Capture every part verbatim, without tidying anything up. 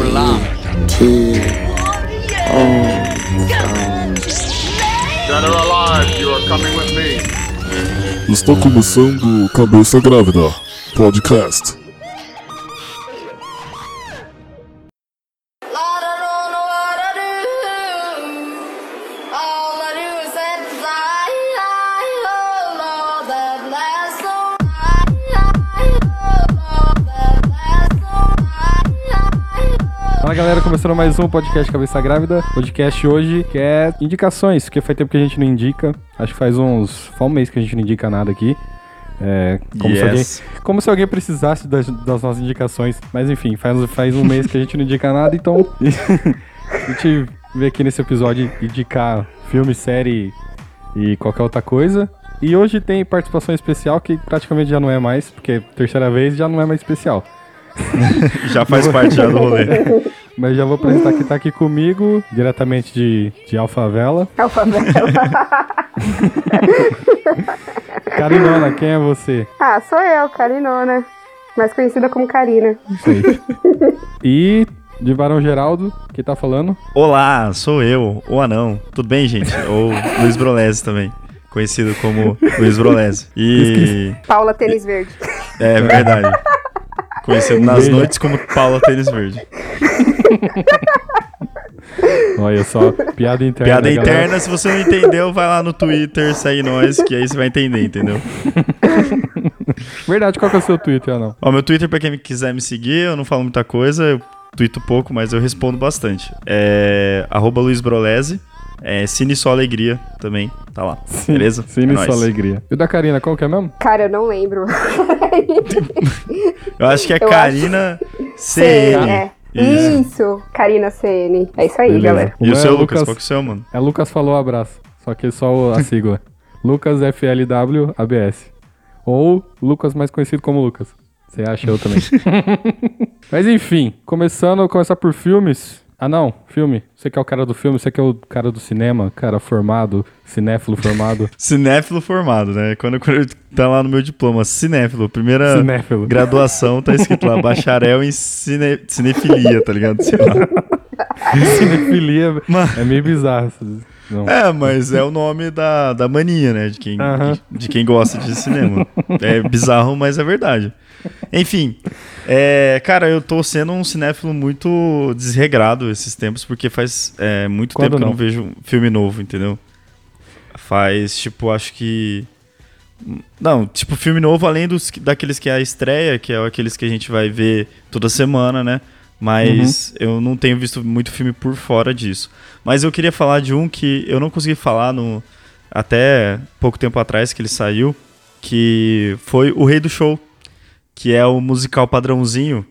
T. Oh. Dead or alive, you are coming with me. Está começando Cabeça Grávida Podcast. Fala galera, começando mais um podcast Cabeça Grávida. Podcast hoje que é indicações, porque faz tempo que a gente não indica. Acho que faz uns. Faz um mês que a gente não indica nada aqui. É, como, yes. se alguém, como se alguém precisasse das, das nossas indicações. Mas enfim, faz, faz um mês que a gente não indica nada, então a gente veio aqui nesse episódio indicar filme, série e qualquer outra coisa. E hoje tem participação especial que praticamente já não é mais, porque terceira vez já não é mais especial. Já faz parte já do rolê. Mas já vou apresentar quem tá aqui comigo, diretamente de, de Alfavela. Alfavela. Carinona, quem é você? Ah, sou eu, Carinona. Mais conhecida como Karina. Isso aí. E de Barão Geraldo, quem tá falando? Olá, sou eu, o Anão. Tudo bem, gente? Ou Luiz Brolese também. Conhecido como Luiz Brolese. E... Paula Tênis Verde. É verdade. Conhecido nas noites como Paula Tênis Verde. Olha só, piada interna. Piada galera. interna, se você não entendeu, vai lá no Twitter, segue nós, que aí você vai entender, entendeu? Verdade, qual que é o seu Twitter, ou não? Ó, meu Twitter, pra quem quiser me seguir, eu não falo muita coisa, eu tweeto pouco, mas eu respondo bastante. É arroba Luiz Brolese. É Cine Só Alegria também, tá lá, Sim, beleza? Cine É Só nóis. Alegria. E o da Karina, qual que é mesmo? Cara, eu não lembro. Eu acho que é Eu Karina C N. É. Isso. Isso, Karina C N. É isso aí, Beleza. galera. E meu o seu, é Lucas? Qual que é o seu, mano? É Lucas Falou Abraço, só que só o- a sigla. Lucas F L W A B S. Ou Lucas, mais conhecido como Lucas. Você acha eu também. Mas enfim, começando, começar por filmes. Ah não, filme. Você que é o cara do filme, você que é o cara do cinema, cara formado, cinéfilo formado. Cinéfilo formado, né? Quando, quando tá lá no meu diploma, cinéfilo, primeira Cinéfilo. graduação, tá escrito lá, bacharel em cine, cinefilia, tá ligado? Sei lá. Cinefilia Mas- é meio bizarro. Não. É, mas é o nome da, da mania, né? De quem, Aham. de, de quem gosta de cinema. É bizarro, mas é verdade. Enfim, é, cara, eu tô sendo um cinéfilo muito desregrado esses tempos, porque faz é, muito Quando tempo que eu não? não vejo um filme novo, entendeu? Faz, tipo, acho que... Não, tipo, filme novo além dos, daqueles que é a estreia, que é aqueles que a gente vai ver toda semana, né? Mas eu não tenho visto muito filme por fora disso. Mas eu queria falar de um que eu não consegui falar no, até pouco tempo atrás que ele saiu, que foi O Rei do Show, que é o musical padrãozinho,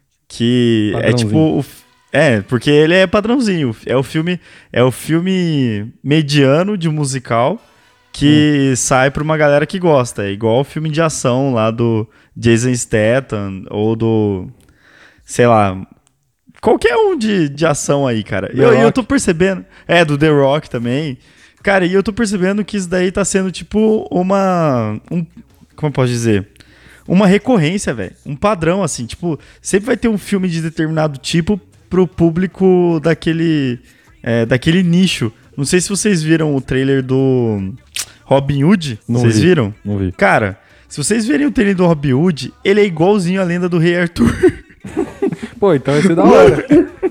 que Padrãozinho. é tipo... O, é, porque ele é padrãozinho. É o filme, é o filme mediano de musical que hum. sai pra uma galera que gosta. É igual o filme de ação lá do Jason Statham ou do... Sei lá... Qualquer um de, de ação aí, cara. The Eu, eu Rock. tô percebendo... É, do The Rock também. Cara, e eu tô percebendo que isso daí tá sendo tipo uma... Um, como eu posso dizer? Uma recorrência, velho. Um padrão, assim. Tipo, sempre vai ter um filme de determinado tipo pro público daquele... É, daquele nicho. Não sei se vocês viram o trailer do Robin Hood. Não Vocês vi. viram? Não vi. Cara, se vocês verem o trailer do Robin Hood, ele é igualzinho a lenda do Rei Arthur. Pô, então vai ser da hora.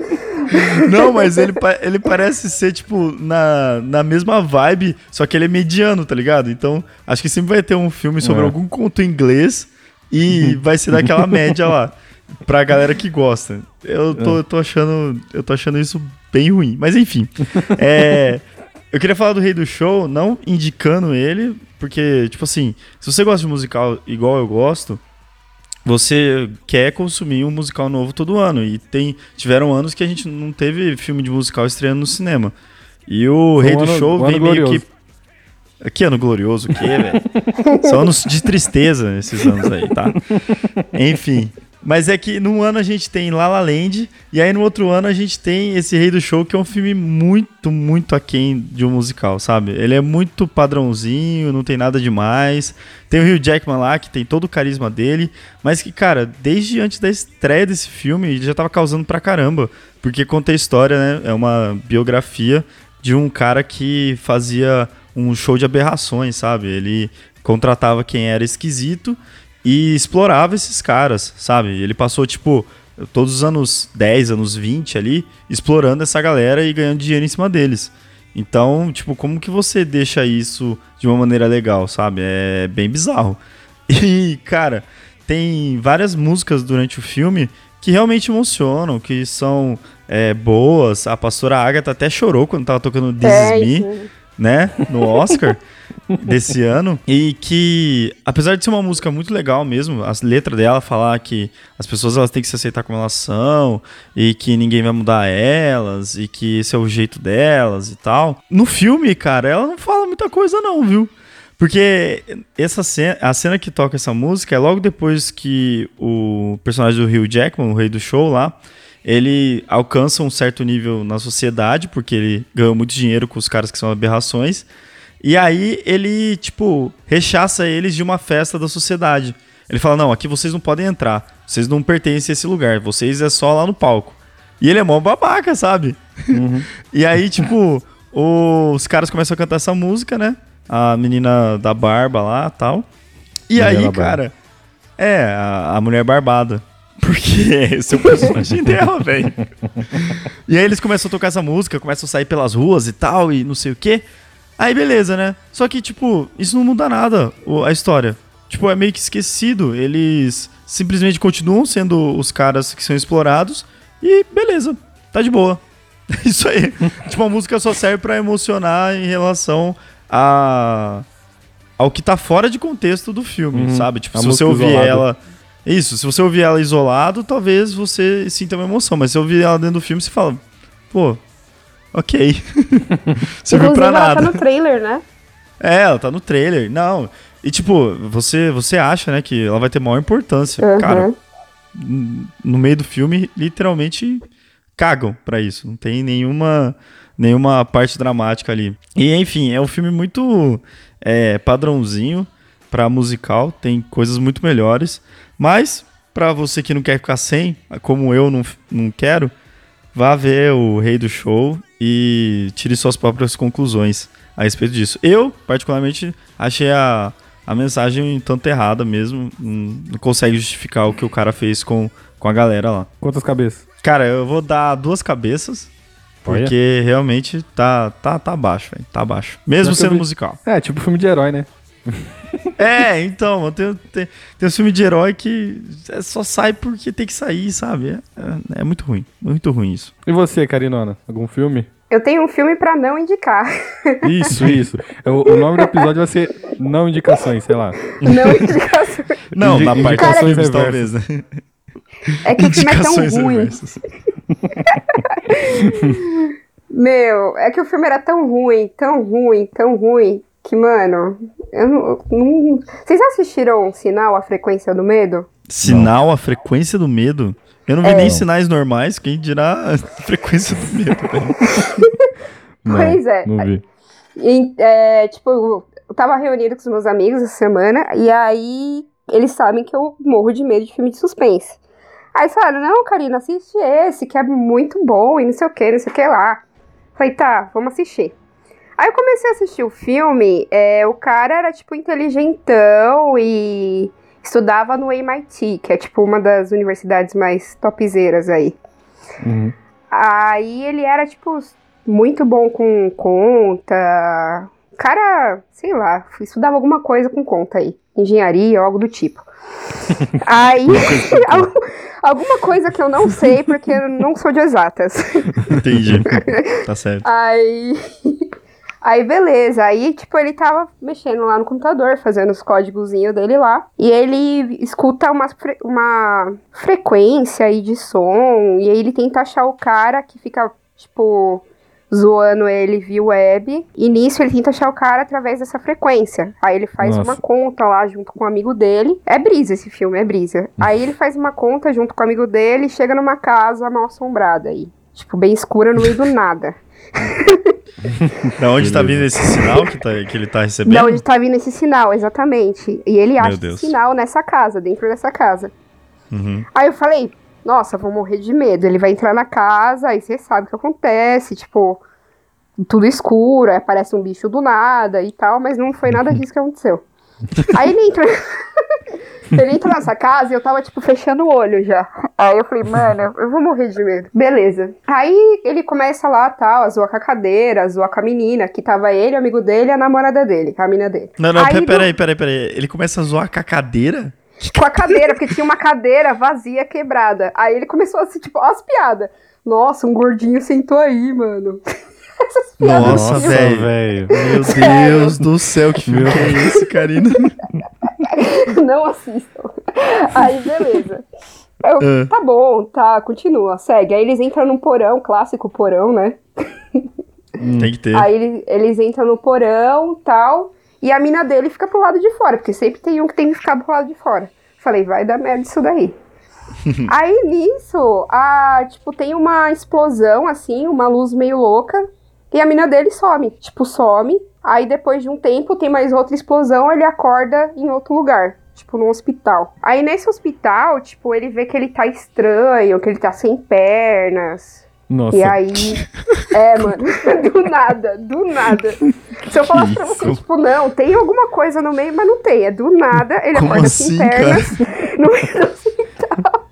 Não, mas ele, pa- ele parece ser, tipo, na, na mesma vibe, só que ele é mediano, tá ligado? Então, acho que sempre vai ter um filme sobre É. algum conto em inglês e vai ser daquela média lá, pra galera que gosta. Eu tô, eu tô achando, eu tô achando isso bem ruim, mas enfim. É, eu queria falar do Rei do Show, não indicando ele, porque, tipo assim, se você gosta de musical igual eu gosto... Você quer consumir um musical novo todo ano. E tem, tiveram anos que a gente não teve filme de musical estreando no cinema. E o Foi Rei um do ano- Show um vem ano meio glorioso. que... Que ano glorioso, o quê, velho? São anos de tristeza esses anos aí, tá? Enfim. Mas é que num ano a gente tem La La Land, e aí no outro ano a gente tem esse Rei do Show, que é um filme muito, muito aquém de um musical, sabe? Ele é muito padrãozinho, não tem nada demais. Tem o Hugh Jackman lá, que tem todo o carisma dele, mas que, cara, desde antes da estreia desse filme, ele já tava causando pra caramba, porque conta a história, né? É uma biografia de um cara que fazia um show de aberrações, sabe? Ele contratava quem era esquisito e explorava esses caras, sabe? Ele passou, tipo, todos os anos dez, anos vinte ali, explorando essa galera e ganhando dinheiro em cima deles. Então, tipo, como que você deixa isso de uma maneira legal, sabe? É bem bizarro. E, cara, tem várias músicas durante o filme que realmente emocionam, que são é, boas. A pastora Agatha até chorou quando tava tocando This É, Is Me, sim. né? No Oscar desse ano. E que, apesar de ser uma música muito legal mesmo, a letra dela falar que as pessoas elas têm que se aceitar como elas são e que ninguém vai mudar elas e que esse é o jeito delas e tal. No filme, cara, ela não fala muita coisa não, viu? Porque essa cena, a cena que toca essa música é logo depois que o personagem do Hugh Jackman, o rei do show lá, ele alcança um certo nível na sociedade, porque ele ganhou muito dinheiro com os caras que são aberrações, e aí ele, tipo, rechaça eles de uma festa da sociedade. Ele fala, não, aqui vocês não podem entrar, vocês não pertencem a esse lugar, vocês é só lá no palco. E ele é mó babaca, sabe? Uhum. E aí, tipo, os caras começam a cantar essa música, né? A menina da barba lá e tal. E Mulher aí, da cara, é, a, a mulher barbada. Porque esse é o personagem dela, velho. E aí eles começam a tocar essa música, começam a sair pelas ruas e tal, e não sei o quê. Aí beleza, né? Só que, tipo, isso não muda nada, o- a história. Tipo, é meio que esquecido. Eles simplesmente continuam sendo os caras que são explorados e beleza, tá de boa. Isso aí. Tipo, a música só serve pra emocionar em relação a... ao que tá fora de contexto do filme, Uhum. sabe? Tipo, A se você música ouvir isolada. ela... Isso, se você ouvir ela isolado, talvez você sinta uma emoção. Mas se ouvir ela dentro do filme, você fala... Pô, ok. Serviu Inclusive, pra ela nada. tá no trailer, né? É, ela tá no trailer. Não. E tipo, você, você acha, né, que ela vai ter maior importância. Uhum. Cara, n- no meio do filme, literalmente cagam pra isso. Não tem nenhuma, nenhuma parte dramática ali. E enfim, é um filme muito é, padrãozinho pra musical. Tem coisas muito melhores. Mas, pra você que não quer ficar sem, como eu não, não quero, vá ver o Rei do Show e tire suas próprias conclusões a respeito disso. Eu, particularmente, achei a, a mensagem um tanto errada mesmo. Não, não consegue justificar o que o cara fez com, com a galera lá. Quantas cabeças? Cara, eu vou dar duas cabeças, porque realmente tá, tá, tá baixo, velho. Tá baixo. Mesmo Já que eu sendo vi- musical. É, tipo filme de herói, né? É, então, tem, tem, tem um filme de herói que é- só sai porque tem que sair, sabe? É, é, é muito ruim, muito ruim isso. E você, Carinona? Algum filme? Eu tenho um filme pra não indicar. Isso, isso. O, o nome do episódio vai ser Não Indicações, sei lá. Não indicação. Não, Indi- na parte dos indicações filmes, reversas. talvez, né? É que o filme é tão Indicações ruim. reversas. Meu, é que o filme era tão ruim, tão ruim, tão ruim, que, mano, eu não, não... Vocês assistiram Sinal, A Frequência do Medo? Sinal, a frequência do medo. Eu não vi É. nem sinais normais, quem dirá a frequência do medo, velho. Não, Pois é. Não vi. E, é, tipo, eu tava reunido com os meus amigos essa semana, e aí eles sabem que eu morro de medo de filme de suspense. Aí eles falaram, não, Karina, assiste esse, que é muito bom, e não sei o que, não sei o que lá. Falei, tá, vamos assistir. Aí eu comecei a assistir o filme, é, o cara era, tipo, inteligentão e estudava no M I T, que é, tipo, uma das universidades mais topzeiras aí. Uhum. Aí ele era, tipo, muito bom com conta. Cara, sei lá, estudava alguma coisa com conta aí. Engenharia ou algo do tipo. Aí, al- alguma coisa que eu não sei, porque eu não sou de exatas. Entendi. Tá certo. Aí, aí beleza. Aí, tipo, ele tava mexendo lá no computador, fazendo os códigozinhos dele lá. E ele escuta uma, fre- uma frequência aí de som. E aí ele tenta achar o cara que fica, tipo, zoando ele via web. E nisso ele tenta achar o cara através dessa frequência. Aí ele faz Nossa. uma conta lá junto com um amigo dele. É brisa esse filme, é brisa. Aí ele faz uma conta junto com o amigo dele e chega numa casa mal assombrada aí. Tipo, bem escura no meio do nada. Da onde tá vindo esse sinal que, tá, que ele tá recebendo? Da onde tá vindo esse sinal, exatamente. E ele acha Deus. esse sinal nessa casa, dentro dessa casa. Uhum. Aí eu falei, nossa, vou morrer de medo. Ele vai entrar na casa, aí você sabe o que acontece, tipo, tudo escuro, aí aparece um bicho do nada e tal, mas não foi nada disso que aconteceu. Aí ele entra... ele entra nessa casa e eu tava, tipo, fechando o olho já. Aí eu falei, mano, eu vou morrer de medo. Beleza. Aí ele começa lá, tal, a zoar com a cadeira, a zoar com a menina, que tava ele, o amigo dele e a namorada dele, a mina dele. Não, não, Aí pera- do- peraí, peraí, peraí. Ele começa a zoar com a cadeira? Com a cadeira, porque tinha uma cadeira vazia, quebrada. Aí ele começou a, assim, tipo, ó as piadas. Nossa, um gordinho sentou aí, mano. Essas piadas. Nossa, assim, velho. velho. Meu Deus do céu, que filme que é esse, Karina? Não assistam. Aí, beleza. Eu, Ah. Tá bom, tá, continua, segue. Aí eles entram num porão, clássico porão, né? Tem que ter. Aí eles, eles entram no porão, tal, e a mina dele fica pro lado de fora, porque sempre tem um que tem que ficar pro lado de fora. Falei, vai dar merda isso daí. Aí, nisso, a, tipo, tem uma explosão, assim, uma luz meio louca, e a mina dele some. Tipo, some. Aí, depois de um tempo, tem mais outra explosão, ele acorda em outro lugar. Tipo, num hospital. Aí, nesse hospital, tipo, ele vê que ele tá estranho, que ele tá sem pernas. Nossa. E aí... É, mano. Do nada, do nada. Se eu falasse pra você, Isso. tipo, não, tem alguma coisa no meio, mas não tem. É do nada, ele Como acorda assim, sem pernas no meio do hospital.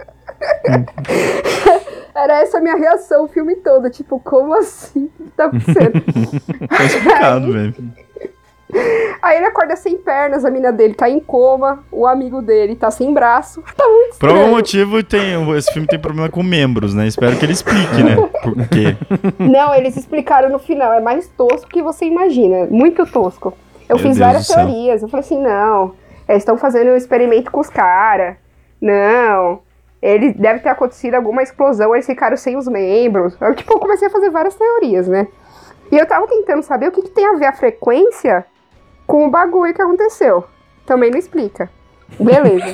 Era essa a minha reação o filme todo. Tipo, como assim? O que tá acontecendo? Tá explicado, velho. Aí ele acorda sem pernas, a mina dele tá em coma, o amigo dele tá sem braço. Tá muito Por estranho. algum motivo, tem, esse filme tem problema com membros, né? Espero que ele explique, né? Por quê? Não, eles explicaram no final. É mais tosco que você imagina. Muito tosco. Eu Meu fiz Deus várias do céu. teorias. Eu falei assim, não, eles estão fazendo um experimento com os caras. Não, ele deve ter acontecido alguma explosão, eles ficaram sem os membros. Eu, tipo, eu comecei a fazer várias teorias, né? E eu tava tentando saber o que, que tem a ver a frequência com o bagulho que aconteceu. Também não explica. Beleza.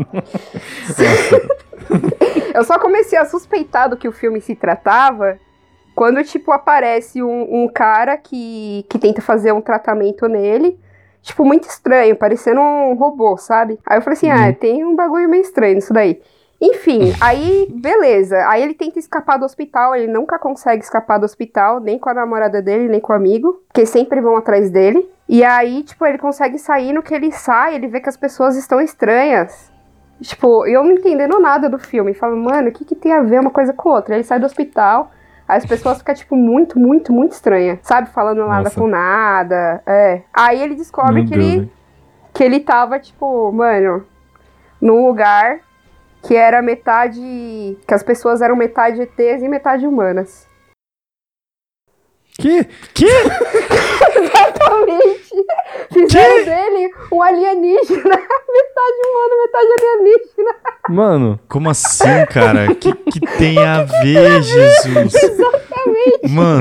Eu só comecei a suspeitar do que o filme se tratava quando, tipo, aparece um, um cara que, que tenta fazer um tratamento nele, tipo, muito estranho, parecendo um robô, sabe? Aí eu falei assim, ah, tem um bagulho meio estranho nisso daí. Enfim, aí, beleza. Aí ele tenta escapar do hospital, ele nunca consegue escapar do hospital, nem com a namorada dele, nem com o amigo, porque sempre vão atrás dele. E aí, tipo, ele consegue sair, no que ele sai, ele vê que as pessoas estão estranhas. Tipo, eu não entendendo nada do filme. Falo, mano, o que que tem a ver uma coisa com outra? Ele sai do hospital, aí as pessoas ficam, tipo, muito, muito, muito estranhas. Sabe? Falando nada Nossa. com nada. É. Aí ele descobre Meu que Deus, ele, velho. que ele tava, tipo, mano, num lugar que era metade... Que as pessoas eram metade E Tês e metade humanas. Que? Que? Exatamente. Fizeram dele um alienígena. Metade humano, metade alienígena. Mano, Como assim, cara? Que que tem a ver, Jesus? Exatamente. Mano,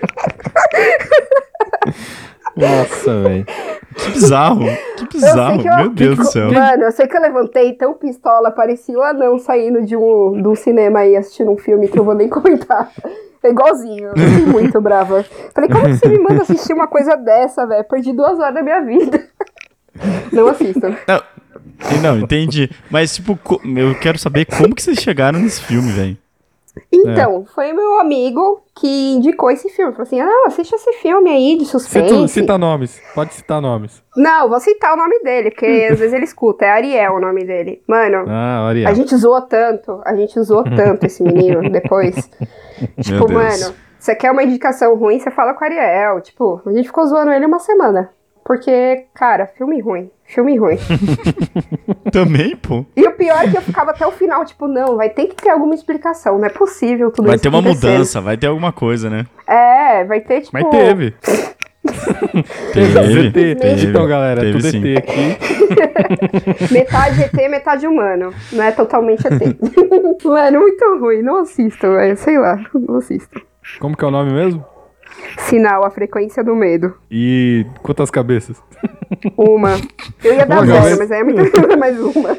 nossa, velho. que bizarro. Que Eu bizarro. sei que eu- Meu Deus do céu. Mano, eu sei que eu levantei tão pistola, parecia um anão saindo de um, de um cinema aí assistindo um filme que eu vou nem comentar. É igualzinho, eu fiquei muito brava. Falei, como que você me manda assistir uma coisa dessa, velho? Perdi duas horas da minha vida. Não assistam. Não, não, entendi. Mas, tipo, co- eu quero saber como que vocês chegaram nesse filme, velho. Então, foi meu amigo que indicou esse filme. Falou assim, ah, assiste esse filme aí de suspense. Cita, cita nomes. Pode citar nomes. Não, vou citar o nome dele, porque às vezes ele escuta. É Ariel o nome dele. Mano, Ah, olha. a gente zoou tanto, a gente zoou tanto esse menino depois. Tipo, Deus. mano, você quer uma indicação ruim, você fala com o Ariel. Tipo, a gente ficou zoando ele uma semana. Porque, cara, filme ruim. Filme ruim. Também, pô. E o pior é que eu ficava até o final, tipo, não, vai ter que ter alguma explicação. Não é possível tudo Vai isso ter uma acontecendo. mudança, vai ter alguma coisa, né? É, vai ter, tipo... Mas teve. Teve, E T. teve, Então, galera, teve tudo sim. E T aqui. Metade E T, metade humano. Não é totalmente E T. Mano, muito ruim. Não assistam, velho. Sei lá, não assistam. Como que é o nome mesmo? Sinal, a frequência do medo. E quantas cabeças? Uma. Eu ia dar Uma zero, cabeça. mas aí é muito mais uma.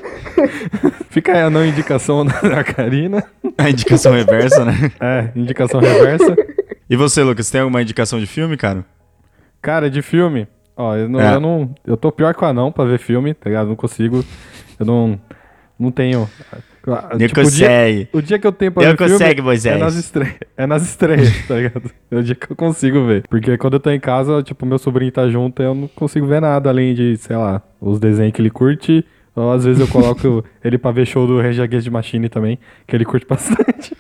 Fica aí a não indicação da Karina. A indicação reversa, né? É, indicação reversa. E você, Lucas, tem alguma indicação de filme, cara? Cara, de filme, ó, eu não, É. eu não. Eu tô pior que o anão pra ver filme, tá ligado? Não consigo. Eu não. Não tenho. Não Tipo, o dia, consegue. o dia que eu tenho pra Não ver filme consegue, Moisés. é nas estreias. É nas estreias, tá ligado? É o dia que eu consigo ver. Porque quando eu tô em casa, tipo, meu sobrinho tá junto, eu não consigo ver nada além de, sei lá, os desenhos que ele curte. Ou às vezes eu coloco ele pra ver show do Rage Against the Machine também, que ele curte bastante.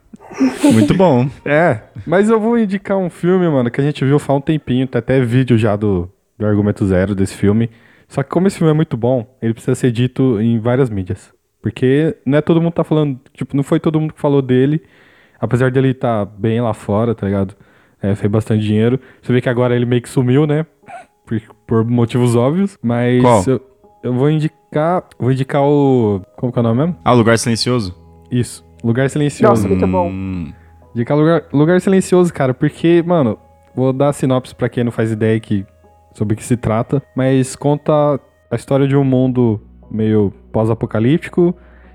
Muito bom. É, mas eu vou indicar um filme, mano, que a gente viu faz um tempinho, tem até vídeo já do, do Argumento Zero desse filme. Só que como esse filme é muito bom, ele precisa ser dito em várias mídias. Porque não é todo mundo tá falando, tipo, não foi todo mundo que falou dele, apesar dele tá bem lá fora, tá ligado? É, fez bastante dinheiro. Você vê que agora ele meio que sumiu, né? Por, por motivos óbvios, mas Qual? eu, eu vou indicar, vou indicar o... Como que é o nome mesmo? Ah, Lugar Silencioso? Isso, Lugar Silencioso. Nossa, muito bom. Hum, Indicar lugar, lugar Silencioso, cara, porque, mano, vou dar a sinopse pra quem não faz ideia que, sobre o que se trata, mas conta a história de um mundo meio pós-apocalíptico,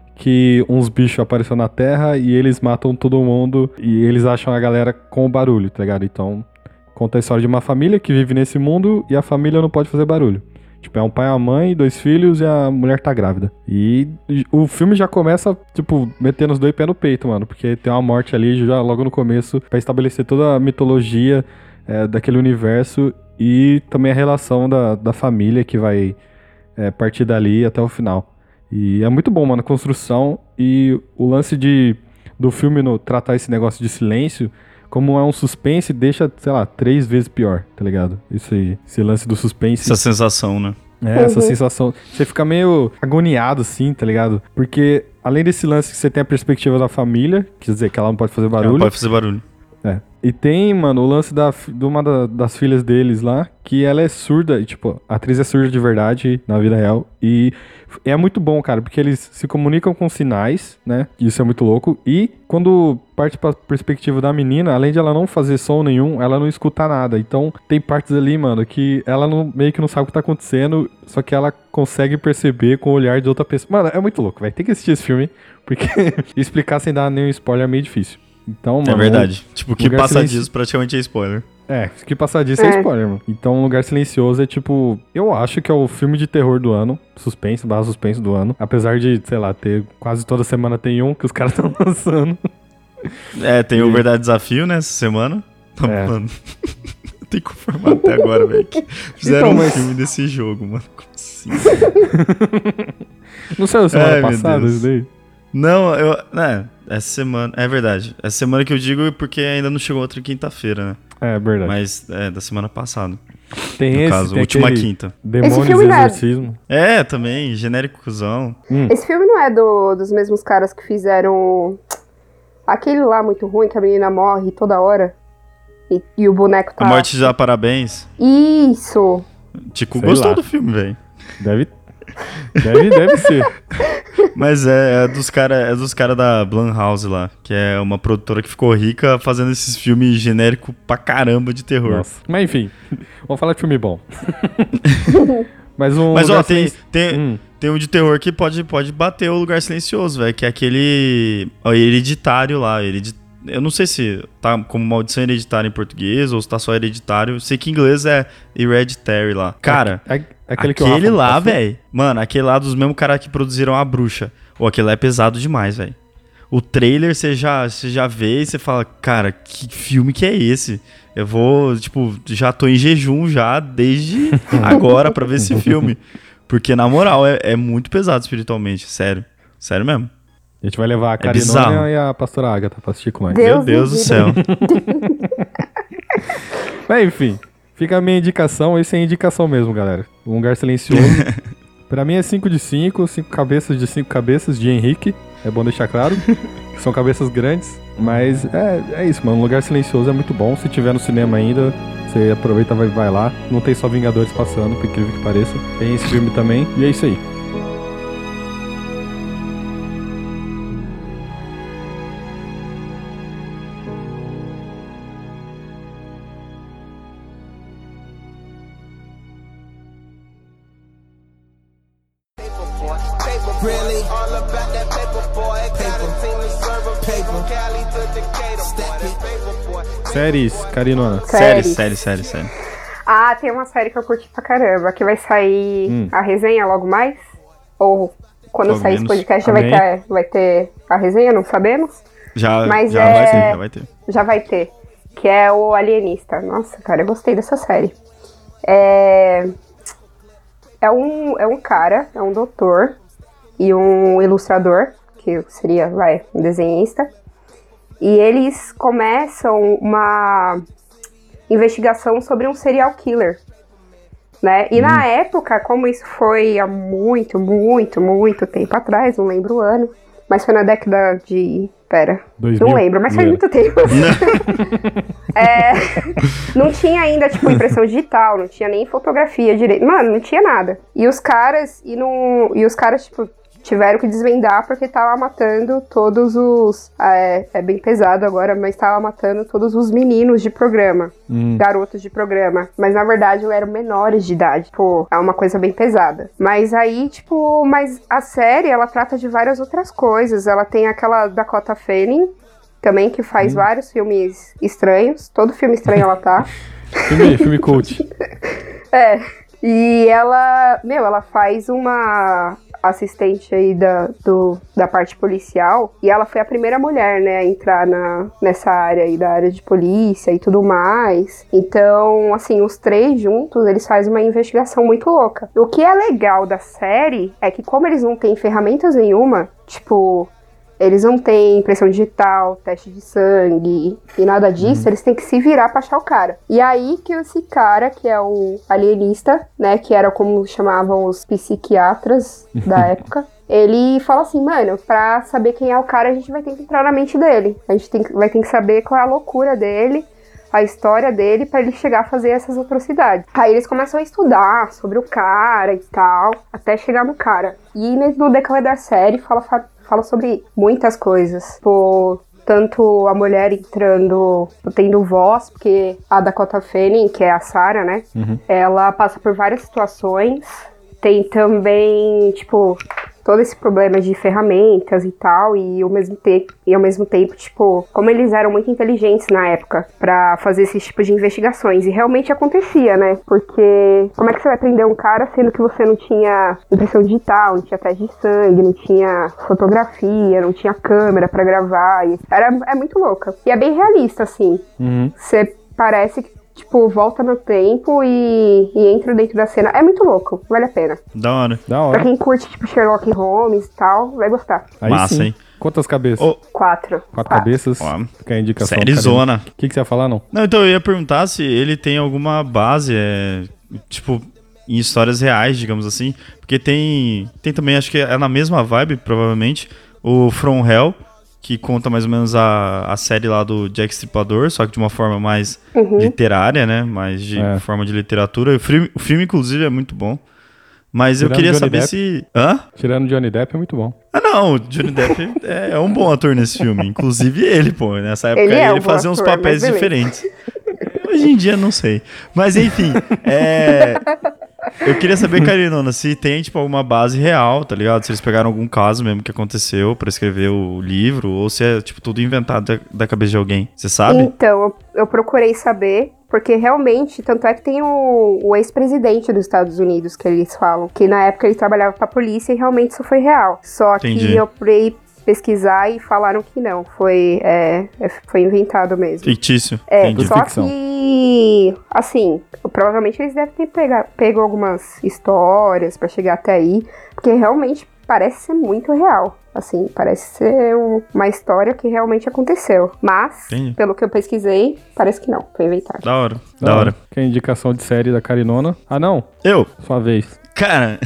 que uns bichos apareceram na Terra e eles matam todo mundo e eles acham a galera com o barulho, tá ligado? Então, conta a história de uma família que vive nesse mundo e a família não pode fazer barulho. Tipo, é um pai, uma mãe, dois filhos e a mulher tá grávida. E o filme já começa, tipo, metendo os dois pés no peito, mano. Porque tem uma morte ali já logo no começo pra estabelecer toda a mitologia é, daquele universo e também a relação da, da família que vai é, partir dali até o final. E é muito bom, mano, a construção e o lance de, do filme no tratar esse negócio de silêncio, como é um suspense, deixa, sei lá, três vezes pior, tá ligado? Isso aí, esse lance do suspense. essa sensação, né? É, essa Uhum. sensação. Você fica meio agoniado, assim, tá ligado? Porque, além desse lance que você tem a perspectiva da família, quer dizer, que ela não pode fazer Ela barulho. pode fazer barulho. É. E tem, mano, o lance da, fi- de uma da- das filhas deles lá, que ela é surda, e, tipo, a atriz é surda de verdade na vida real. E é muito bom, cara, porque eles se comunicam com sinais, né? Isso é muito louco. E quando parte pra perspectiva da menina, além de ela não fazer som nenhum, ela não escuta nada. Então, tem partes ali, mano, que ela não, meio que não sabe o que tá acontecendo, só que ela consegue perceber com o olhar de outra pessoa. Mano, é muito louco, vai ter que assistir esse filme, porque explicar sem dar nenhum spoiler é meio difícil. Então, mano, É verdade. Tipo, que Lugar passa Silenci- disso praticamente é spoiler. É, que passar disso é. É. spoiler, mano. Então, Lugar Silencioso é tipo... Eu acho que é o filme de terror do ano. Suspense, barra suspense do ano. Apesar de, sei lá, ter... Quase toda semana tem um que os caras estão lançando. É, tem o E- Verdade Desafio, né, essa semana. Não, É. mano. Eu tenho que confirmar até agora, velho. que Fizeram Então, um mas- filme desse jogo, mano. Como assim? Não saiu semana Ai, meu passada Deus. isso daí? Não, eu... É, essa semana... É verdade. Essa semana que eu digo é porque ainda não chegou outra quinta-feira, né? É, verdade. Mas é da semana passada. tem No esse, caso, tem última aquele quinta. Demônios filme e não é- Exorcismo. É, também, genérico cuzão. Esse filme não é do, dos mesmos caras que fizeram aquele lá muito ruim, que a menina morre toda hora e, e o boneco tá... A Morte já parabéns. Isso! Tico Sei gostou lá. do filme, velho. Deve... deve, deve ser. Mas é, é dos caras é dos cara da Blumhouse lá, que é uma produtora que ficou rica fazendo esses filmes genéricos pra caramba de terror. Nossa. Mas enfim, vamos falar de filme bom. Mas um Mas ó, lugar tem, silen- tem, Hum. tem um de terror que pode, pode bater o Lugar Silencioso, velho, que é aquele ó, Hereditário lá. Heredi- Eu não sei se tá como Maldição Hereditária em português ou se tá só Hereditário. Sei que em inglês é Hereditary lá. Cara, É, é aquele, que o aquele Rafa lá, passou? velho. Mano, aquele lá dos mesmos caras que produziram A Bruxa. Ou aquele lá é pesado demais, velho. O trailer você já, você já vê e você fala, cara, que filme que é esse? Eu vou, tipo, já tô em jejum já desde agora pra ver esse filme. Porque, na moral, é, é muito pesado espiritualmente, sério. Sério mesmo. A gente vai levar a É bizarro. Carinônia e a Pastora Agatha pra assistir com nós. Deus Meu Deus do me céu. Mas enfim, fica a minha indicação. Esse é a indicação mesmo, galera. Um Lugar Silencioso. Pra mim é cinco de cinco, cinco cabeças de cinco cabeças de Henrique. É bom deixar claro. Que são cabeças grandes. Mas é, é isso, mano. Um Lugar Silencioso é muito bom. Se tiver no cinema ainda, você aproveita e vai, vai lá. Não tem só Vingadores passando, por incrível que pareça. Tem esse filme também. E é isso aí. Séries, Carinona. Série, Séries. série, série, série. Ah, tem uma série que eu curti pra caramba, que vai sair Hum. a resenha logo mais. Ou quando Logo sair esse menos. podcast já vai Amém. ter, vai ter a resenha, não sabemos. Já, Mas já é- vai ter, já vai ter. Já vai ter. Que é o Alienista. Nossa, cara, eu gostei dessa série. É, é, um, é um cara, é um doutor e um ilustrador, que seria, vai, um desenhista. E eles começam uma investigação sobre um serial killer, né? E na época, como isso foi há muito, muito, muito tempo atrás, não lembro o ano, mas foi na década de... Pera, dois não mil. lembro, mas faz Primeiro. muito tempo. É, não tinha ainda, tipo, impressão digital, não tinha nem fotografia direito. Mano, não tinha nada. E os caras, e, não, e os caras, tipo, tiveram que desvendar porque tava matando todos os... É, é bem pesado agora, mas tava matando todos os meninos de programa. Hum. Garotos de programa. Mas, na verdade, eram menores de idade. Tipo, é uma coisa bem pesada. Mas aí, tipo... Mas a série, ela trata de várias outras coisas. Ela tem aquela Dakota Fanning, também, que faz vários filmes estranhos. Todo filme estranho ela tá. Filme, filme cult. É. E ela... Meu, ela faz uma... assistente aí da, do, da parte policial, e ela foi a primeira mulher, né, a entrar na, nessa área aí, da área de polícia e tudo mais. Então, assim, os três juntos, eles fazem uma investigação muito louca. O que é legal da série é que, como eles não têm ferramentas nenhuma, tipo... Eles não têm impressão digital, teste de sangue e nada disso, Uhum. eles têm que se virar pra achar o cara. E aí que esse cara, que é o alienista, né, que era como chamavam os psiquiatras da época, ele fala assim, mano, pra saber quem é o cara, a gente vai ter que entrar na mente dele. A gente tem que, vai ter que saber qual é a loucura dele, a história dele, pra ele chegar a fazer essas atrocidades. Aí eles começam a estudar sobre o cara e tal, até chegar no cara. E no decorrer da série fala, fala sobre muitas coisas. Tipo, tanto a mulher entrando, tendo voz, porque a Dakota Fanning, que é a Sarah, né? Uhum. Ela passa por várias situações. Tem também, tipo, todo esse problema de ferramentas e tal, e ao mesmo tempo, e ao mesmo tempo, tipo, como eles eram muito inteligentes na época pra fazer esse tipo de investigações, e realmente acontecia, né? Porque como é que você vai prender um cara sendo que você não tinha impressão digital, não tinha teste de sangue, não tinha fotografia, não tinha câmera pra gravar, e era, é muito louca. E é bem realista, assim. Uhum. Você parece que, tipo, volta no tempo e, e entra dentro da cena. É muito louco, vale a pena. Da hora. Da Pra hora. quem curte, tipo, Sherlock Holmes e tal, vai gostar. Aí Massa, sim. hein? Quantas cabeças? Ô, Quatro. Quatro cabeças. Ó, Fica a indicação. série Karina. zona. O que, que você ia falar, não? Não, então eu ia perguntar se ele tem alguma base, é, tipo, em histórias reais, digamos assim. Porque tem, tem também, acho que é na mesma vibe, provavelmente, o From Hell, que conta mais ou menos a, a série lá do Jack Stripador, só que de uma forma mais Uhum. literária, né? Mais de É. forma de literatura. O filme, o filme, inclusive, é muito bom. Mas eu Tirando queria Johnny saber Depp. se... Hã? Tirando Johnny Depp é muito bom. Ah, não, o Johnny Depp é, é um bom ator nesse filme. Inclusive ele, pô. Nessa época Ele é ele um bom fazia uns ator, papéis mas beleza. diferentes. Hoje em dia, não sei. Mas, enfim, é... Eu queria saber, Carinona, se tem, tipo, alguma base real, tá ligado? Se eles pegaram algum caso mesmo que aconteceu pra escrever o livro, ou se é, tipo, tudo inventado da, da cabeça de alguém. Você sabe? Então, eu, eu procurei saber, porque realmente, tanto é que tem o, o ex-presidente dos Estados Unidos, que eles falam, que na época ele trabalhava pra polícia e realmente isso foi real. Só Entendi. que eu procurei pesquisar e falaram que não, foi, é, é- foi inventado mesmo. Fictício. É, Entendi. só Ficção. que, assim, provavelmente eles devem ter pega, pego algumas histórias pra chegar até aí, porque realmente parece ser muito real. Assim, parece ser um- uma história que realmente aconteceu. Mas, Entendi. pelo que eu pesquisei, parece que não, foi inventado. Da hora, da hora. Que é a indicação de série da Carinona. Ah, não. Eu, Sua vez. cara,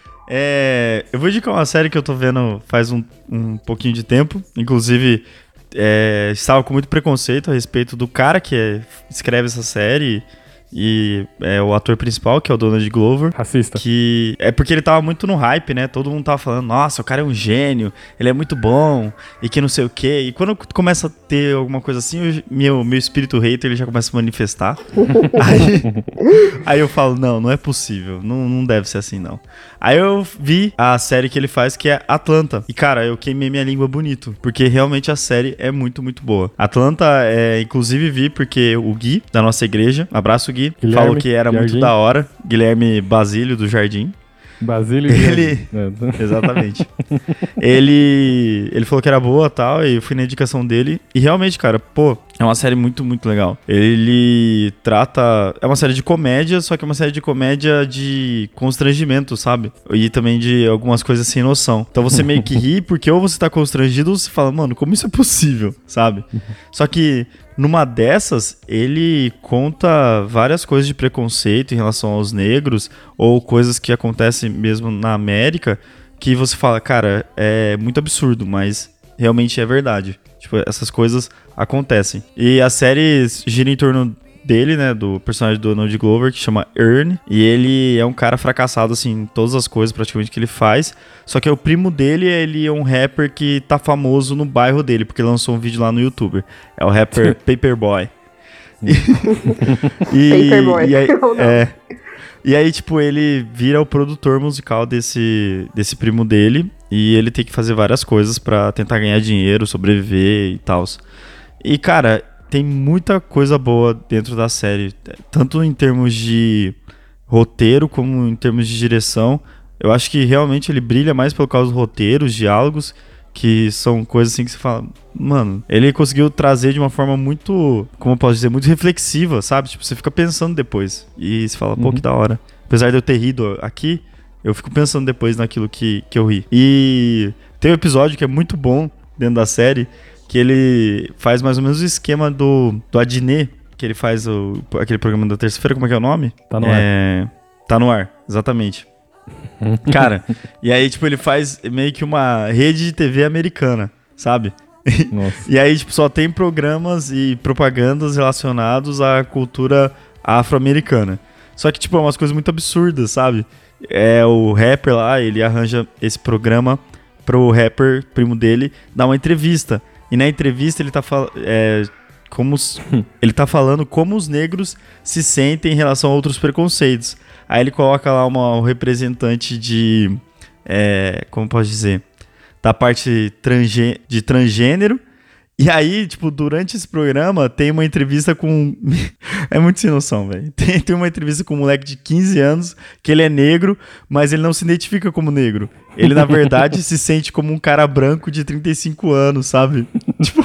é, eu vou indicar uma série que eu tô vendo faz um, um pouquinho de tempo. Inclusive, é, estava com muito preconceito a respeito do cara que é- escreve essa série E é o ator principal, que é o Donald Glover. Racista. Que é porque ele tava muito no hype, né? Todo mundo tava falando, nossa, o cara é um gênio, ele é muito bom, e que não sei o quê. E quando começa a ter alguma coisa assim, eu, meu, meu espírito hater ele já começa a manifestar. aí, aí eu falo, não, não é possível, não, não deve ser assim, não. Aí eu vi a série que ele faz, que é Atlanta. E, cara, eu queimei minha língua bonito, porque realmente a série é muito, muito boa. Atlanta, é, inclusive vi porque o Gui, da nossa igreja, abraço Gui, Guilherme, falou que era Jardim. Muito da hora. Guilherme Basílio, do Jardim. Basílio ele é. Exatamente. ele ele falou que era boa e tal, e eu fui na indicação dele. E realmente, cara, pô, é uma série muito, muito legal. Ele trata... É uma série de comédia, só que é uma série de comédia de constrangimento, sabe? E também de algumas coisas sem noção. Então você meio que ri, porque ou você tá constrangido, ou você fala, mano, como isso é possível, sabe? Só que... Numa dessas, ele conta várias coisas de preconceito em relação aos negros, ou coisas que acontecem mesmo na América, que você fala, cara, é muito absurdo, mas realmente é verdade. Tipo, essas coisas acontecem. E a série gira em torno dele, né, do personagem do Donald Glover, que chama Earn, e ele é um cara fracassado, assim, em todas as coisas praticamente que ele faz, só que é o primo dele, ele é um rapper que tá famoso no bairro dele, porque ele lançou um vídeo lá no YouTube, é o rapper Paperboy. E, e, Paperboy. E aí, é, e aí, tipo, ele vira o produtor musical desse, desse primo dele, e ele tem que fazer várias coisas pra tentar ganhar dinheiro, sobreviver e tal. E, cara... Tem muita coisa boa dentro da série, tanto em termos de roteiro como em termos de direção. Eu acho que realmente ele brilha mais por causa do roteiro, os diálogos, que são coisas assim que você fala... Mano, ele conseguiu trazer de uma forma muito, como eu posso dizer, muito reflexiva, sabe? Tipo, você fica pensando depois e você fala, pô, uhum. que da hora. Apesar de eu ter rido aqui, eu fico pensando depois naquilo que, que eu ri. E tem um episódio que é muito bom dentro da série, que ele faz mais ou menos o esquema do, do Adnet, que ele faz o, aquele programa da terça-feira, como é que é o nome? Tá no é, ar. Tá no ar, exatamente. Cara, e aí, tipo, ele faz meio que uma rede de T V americana, sabe? Nossa. E aí, tipo, só tem programas e propagandas relacionados à cultura afro-americana. Só que, tipo, é umas coisas muito absurdas, sabe? É o rapper lá, ele arranja esse programa pro rapper, primo dele, dar uma entrevista. E na entrevista ele tá, fal- é, como os, ele tá falando como os negros se sentem em relação a outros preconceitos. Aí ele coloca lá uma, um representante de... É, como posso dizer? Da parte transgê- de transgênero. E aí, tipo, durante esse programa tem uma entrevista com... é muito sem noção, velho. Tem, tem uma entrevista com um moleque de quinze anos, que ele é negro, mas ele não se identifica como negro. Ele, na verdade, se sente como um cara branco de trinta e cinco anos, sabe? Tipo,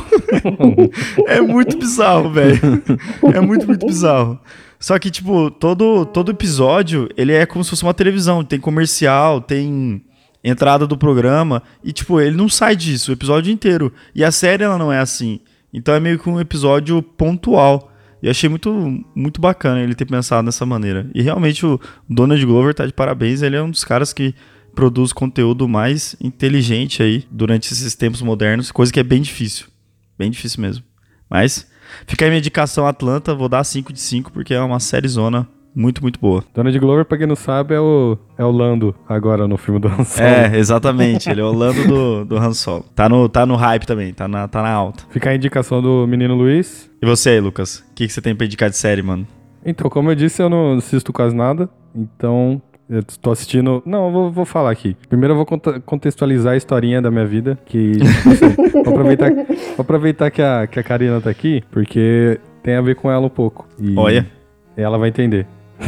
é muito bizarro, velho. É muito, muito bizarro. Só que, tipo, todo, todo episódio, ele é como se fosse uma televisão. Tem comercial, tem... entrada do programa, e tipo, ele não sai disso o episódio inteiro, e a série ela não é assim, então é meio que um episódio pontual, e achei muito, muito bacana ele ter pensado dessa maneira, e realmente o Donald Glover tá de parabéns, ele é um dos caras que produz conteúdo mais inteligente aí, durante esses tempos modernos, coisa que é bem difícil, bem difícil mesmo, mas fica aí minha indicação Atlanta, vou dar cinco de cinco, porque é uma sériezona muito, muito boa. Donald Glover, pra quem não sabe, é o, é o Lando agora no filme do Han Solo. É, exatamente. Ele é o Lando do, do Han Solo. Tá no, tá no hype também, tá na, tá na alta. Fica a indicação do Menino Luiz. E você aí, Lucas? O que, que você tem pra indicar de série, mano? Então, como eu disse, eu não assisto quase nada. Então, eu tô assistindo... Não, eu vou, vou falar aqui. Primeiro eu vou conta- contextualizar a historinha da minha vida. Que, assim, vou aproveitar, vou aproveitar que, a, que a Karina tá aqui, porque tem a ver com ela um pouco. E Olha. Ela vai entender.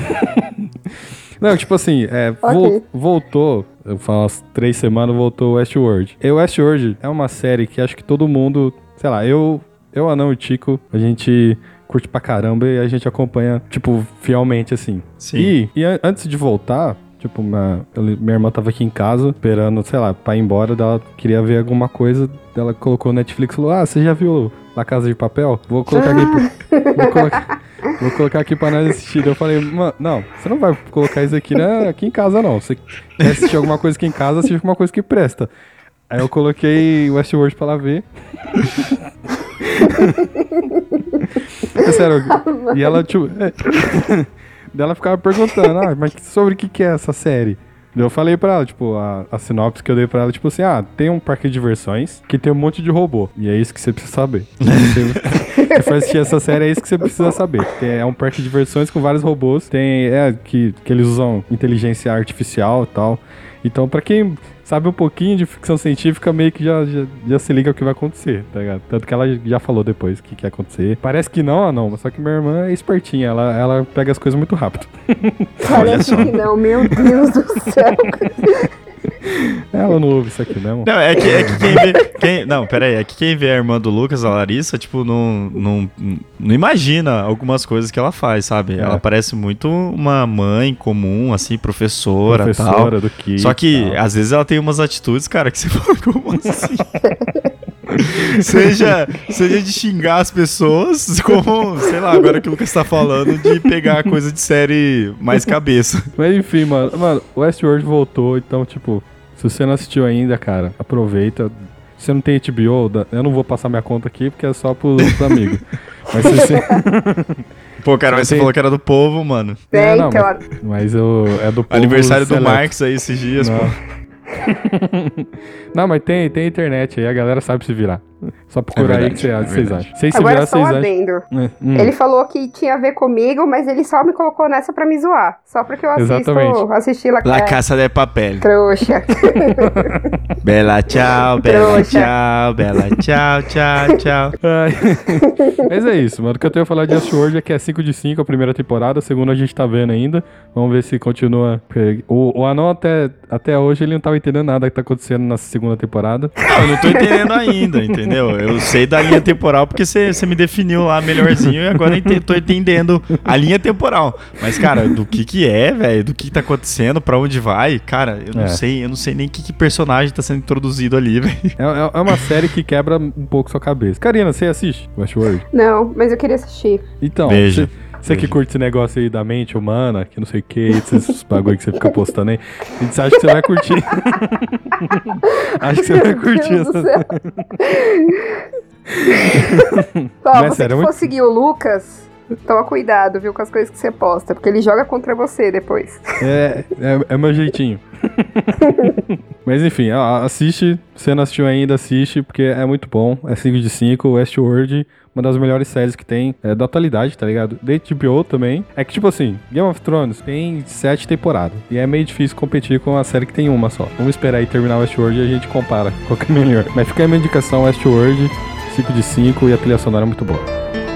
Não, tipo assim, é, Okay. vol- voltou, eu falo umas três semanas, voltou Westworld. E Westworld é uma série que acho que todo mundo, sei lá, eu, eu Anão e o Tico, a gente curte pra caramba e a gente acompanha, tipo, fielmente, assim. Sim. E, e an- antes de voltar, tipo, minha, eu- minha irmã tava aqui em casa, esperando, sei lá, pra ir embora, ela queria ver alguma coisa, ela colocou no Netflix e falou, ah, você já viu La Casa de Papel? Vou colocar aqui, pro- vou colocar... Vou colocar aqui pra nós assistir. Eu falei, mano, não, você não vai colocar isso aqui, né, aqui em casa, não. Você quer assistir alguma coisa aqui em casa, assiste alguma coisa que presta. Aí eu coloquei Westworld pra ela ver. É sério. E ela, tipo... É, ela ficava perguntando, ah, mas sobre o que, que é essa série? Eu falei pra ela, tipo, a, a sinopse que eu dei pra ela, tipo assim, ah, tem um parque de diversões que tem um monte de robô. E é isso que você precisa saber. Se for assistir essa série, é isso que você precisa saber. Tem, é um parque de diversões com vários robôs. Tem, é, que, que eles usam inteligência artificial e tal. Então, pra quem sabe um pouquinho de ficção científica, meio que já, já, já se liga o que vai acontecer, tá ligado? Tanto que ela já falou depois o que, que ia acontecer. Parece que não, não, mas só que minha irmã é espertinha, ela, ela pega as coisas muito rápido. Parece que não, meu Deus do céu. Ela não ouve isso aqui mesmo. Não, é que, é que quem vê... Quem, não, pera aí. É que quem vê a irmã do Lucas, a Larissa, tipo, não, não, não imagina algumas coisas que ela faz, sabe? É. Ela parece muito uma mãe comum, assim, professora e tal. Professora do que. Só que, tal. às vezes, ela tem umas atitudes, cara, que você fala, como assim? seja, seja de xingar as pessoas, como, sei lá, agora que o Lucas tá falando, de pegar coisa de série mais cabeça. Mas enfim, mano, mano, o Westworld voltou, então, tipo, se você não assistiu ainda, cara, aproveita. Se você não tem H B O, eu não vou passar minha conta aqui porque é só pros amigos. Mas se você... Pô, cara, mas você tem... falou que era do povo, mano. É, não, então. mas, mas eu, é do povo Aniversário do seleto. Marx aí esses dias, Não. pô. Não, mas tem, tem internet aí, a galera sabe se virar. Só procurar É verdade, aí que cê- é vocês verdade. acham. Vocês se Agora virar, só um vocês acham. adendo. É, hum. Ele falou que tinha a ver comigo, mas ele só me colocou nessa pra me zoar. Só porque eu assisto, Exatamente. assisti La, La é, Casa de Papel. Trouxa. Bela tchau, bela Trouxa. tchau, bela tchau, tchau, tchau. Ai. Mas é isso, mano. O que eu tenho a falar de Westworld é que é cinco de cinco a primeira temporada, a segunda a gente tá vendo ainda. Vamos ver se continua. O, o Anão até, até hoje ele não tava entendendo nada que tá acontecendo na segunda temporada. Não, eu não tô entendendo ainda, entendeu? Eu sei da linha temporal porque você me definiu lá melhorzinho e agora eu ente- tô entendendo a linha temporal. Mas, cara, do que que é, velho? Do que que tá acontecendo? Pra onde vai? Cara, eu não É. sei. Eu não sei nem que, que personagem tá sendo introduzido ali, velho. É, é- é uma série que quebra um pouco sua cabeça. Karina, você assiste Westworld? Não, mas eu queria assistir. Então, Veja, você que veja. curte esse negócio aí da mente humana, que não sei o que, esses bagulho que você fica postando aí, a gente acha que você vai curtir. Acho que você vai Meu curtir Deus do essa. céu. Ó, Mas você sério, que é for muito- seguir o Lucas, toma cuidado, viu, com as coisas que você posta, porque ele joga contra você depois. É, é, é meu jeitinho. Mas enfim, ó, assiste. Se você não assistiu ainda, assiste, porque é muito bom. É cinco de cinco, Westworld, uma das melhores séries que tem é, da atualidade, tá ligado? Da H B O também. É que, tipo assim, Game of Thrones tem sete temporadas. E é meio difícil competir com a série que tem uma só. Vamos esperar aí terminar Westworld e a gente compara qual que é melhor. Mas fica aí a minha indicação, Westworld, cinco de cinco e a trilha sonora é muito boa.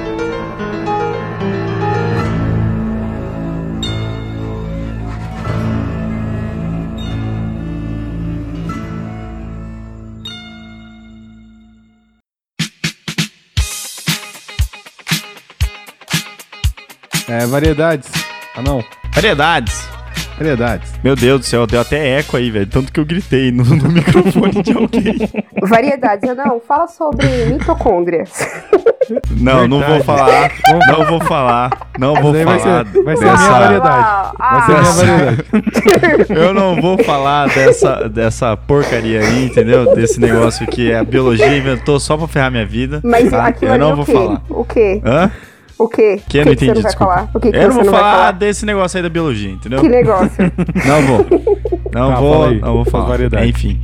É, variedades. Ah, não. Variedades. Variedades. Meu Deus do céu, deu até eco aí, velho. Tanto que eu gritei no, no microfone de alguém. Variedades, eu não, fala sobre mitocôndrias. Não, não vou Verdade. falar. Não vou falar. Não vou Daí vai falar. ser- vai ser a dessa- minha variedade. Vai ser a minha Dessa- variedade. Eu não vou falar dessa, dessa porcaria aí, entendeu? Desse negócio que a biologia inventou só pra ferrar minha vida. Mas tá? aquilo Eu ali não o vou quê? falar. O quê? Hã? O quê? Que eu o não que que entendi, você não vai desculpa. falar? O que, que eu não você vou não vai falar falar? desse negócio aí da biologia, entendeu? Que negócio? Não vou. Não Tá, vou, fala aí, não vou suas falar. variedades. Enfim.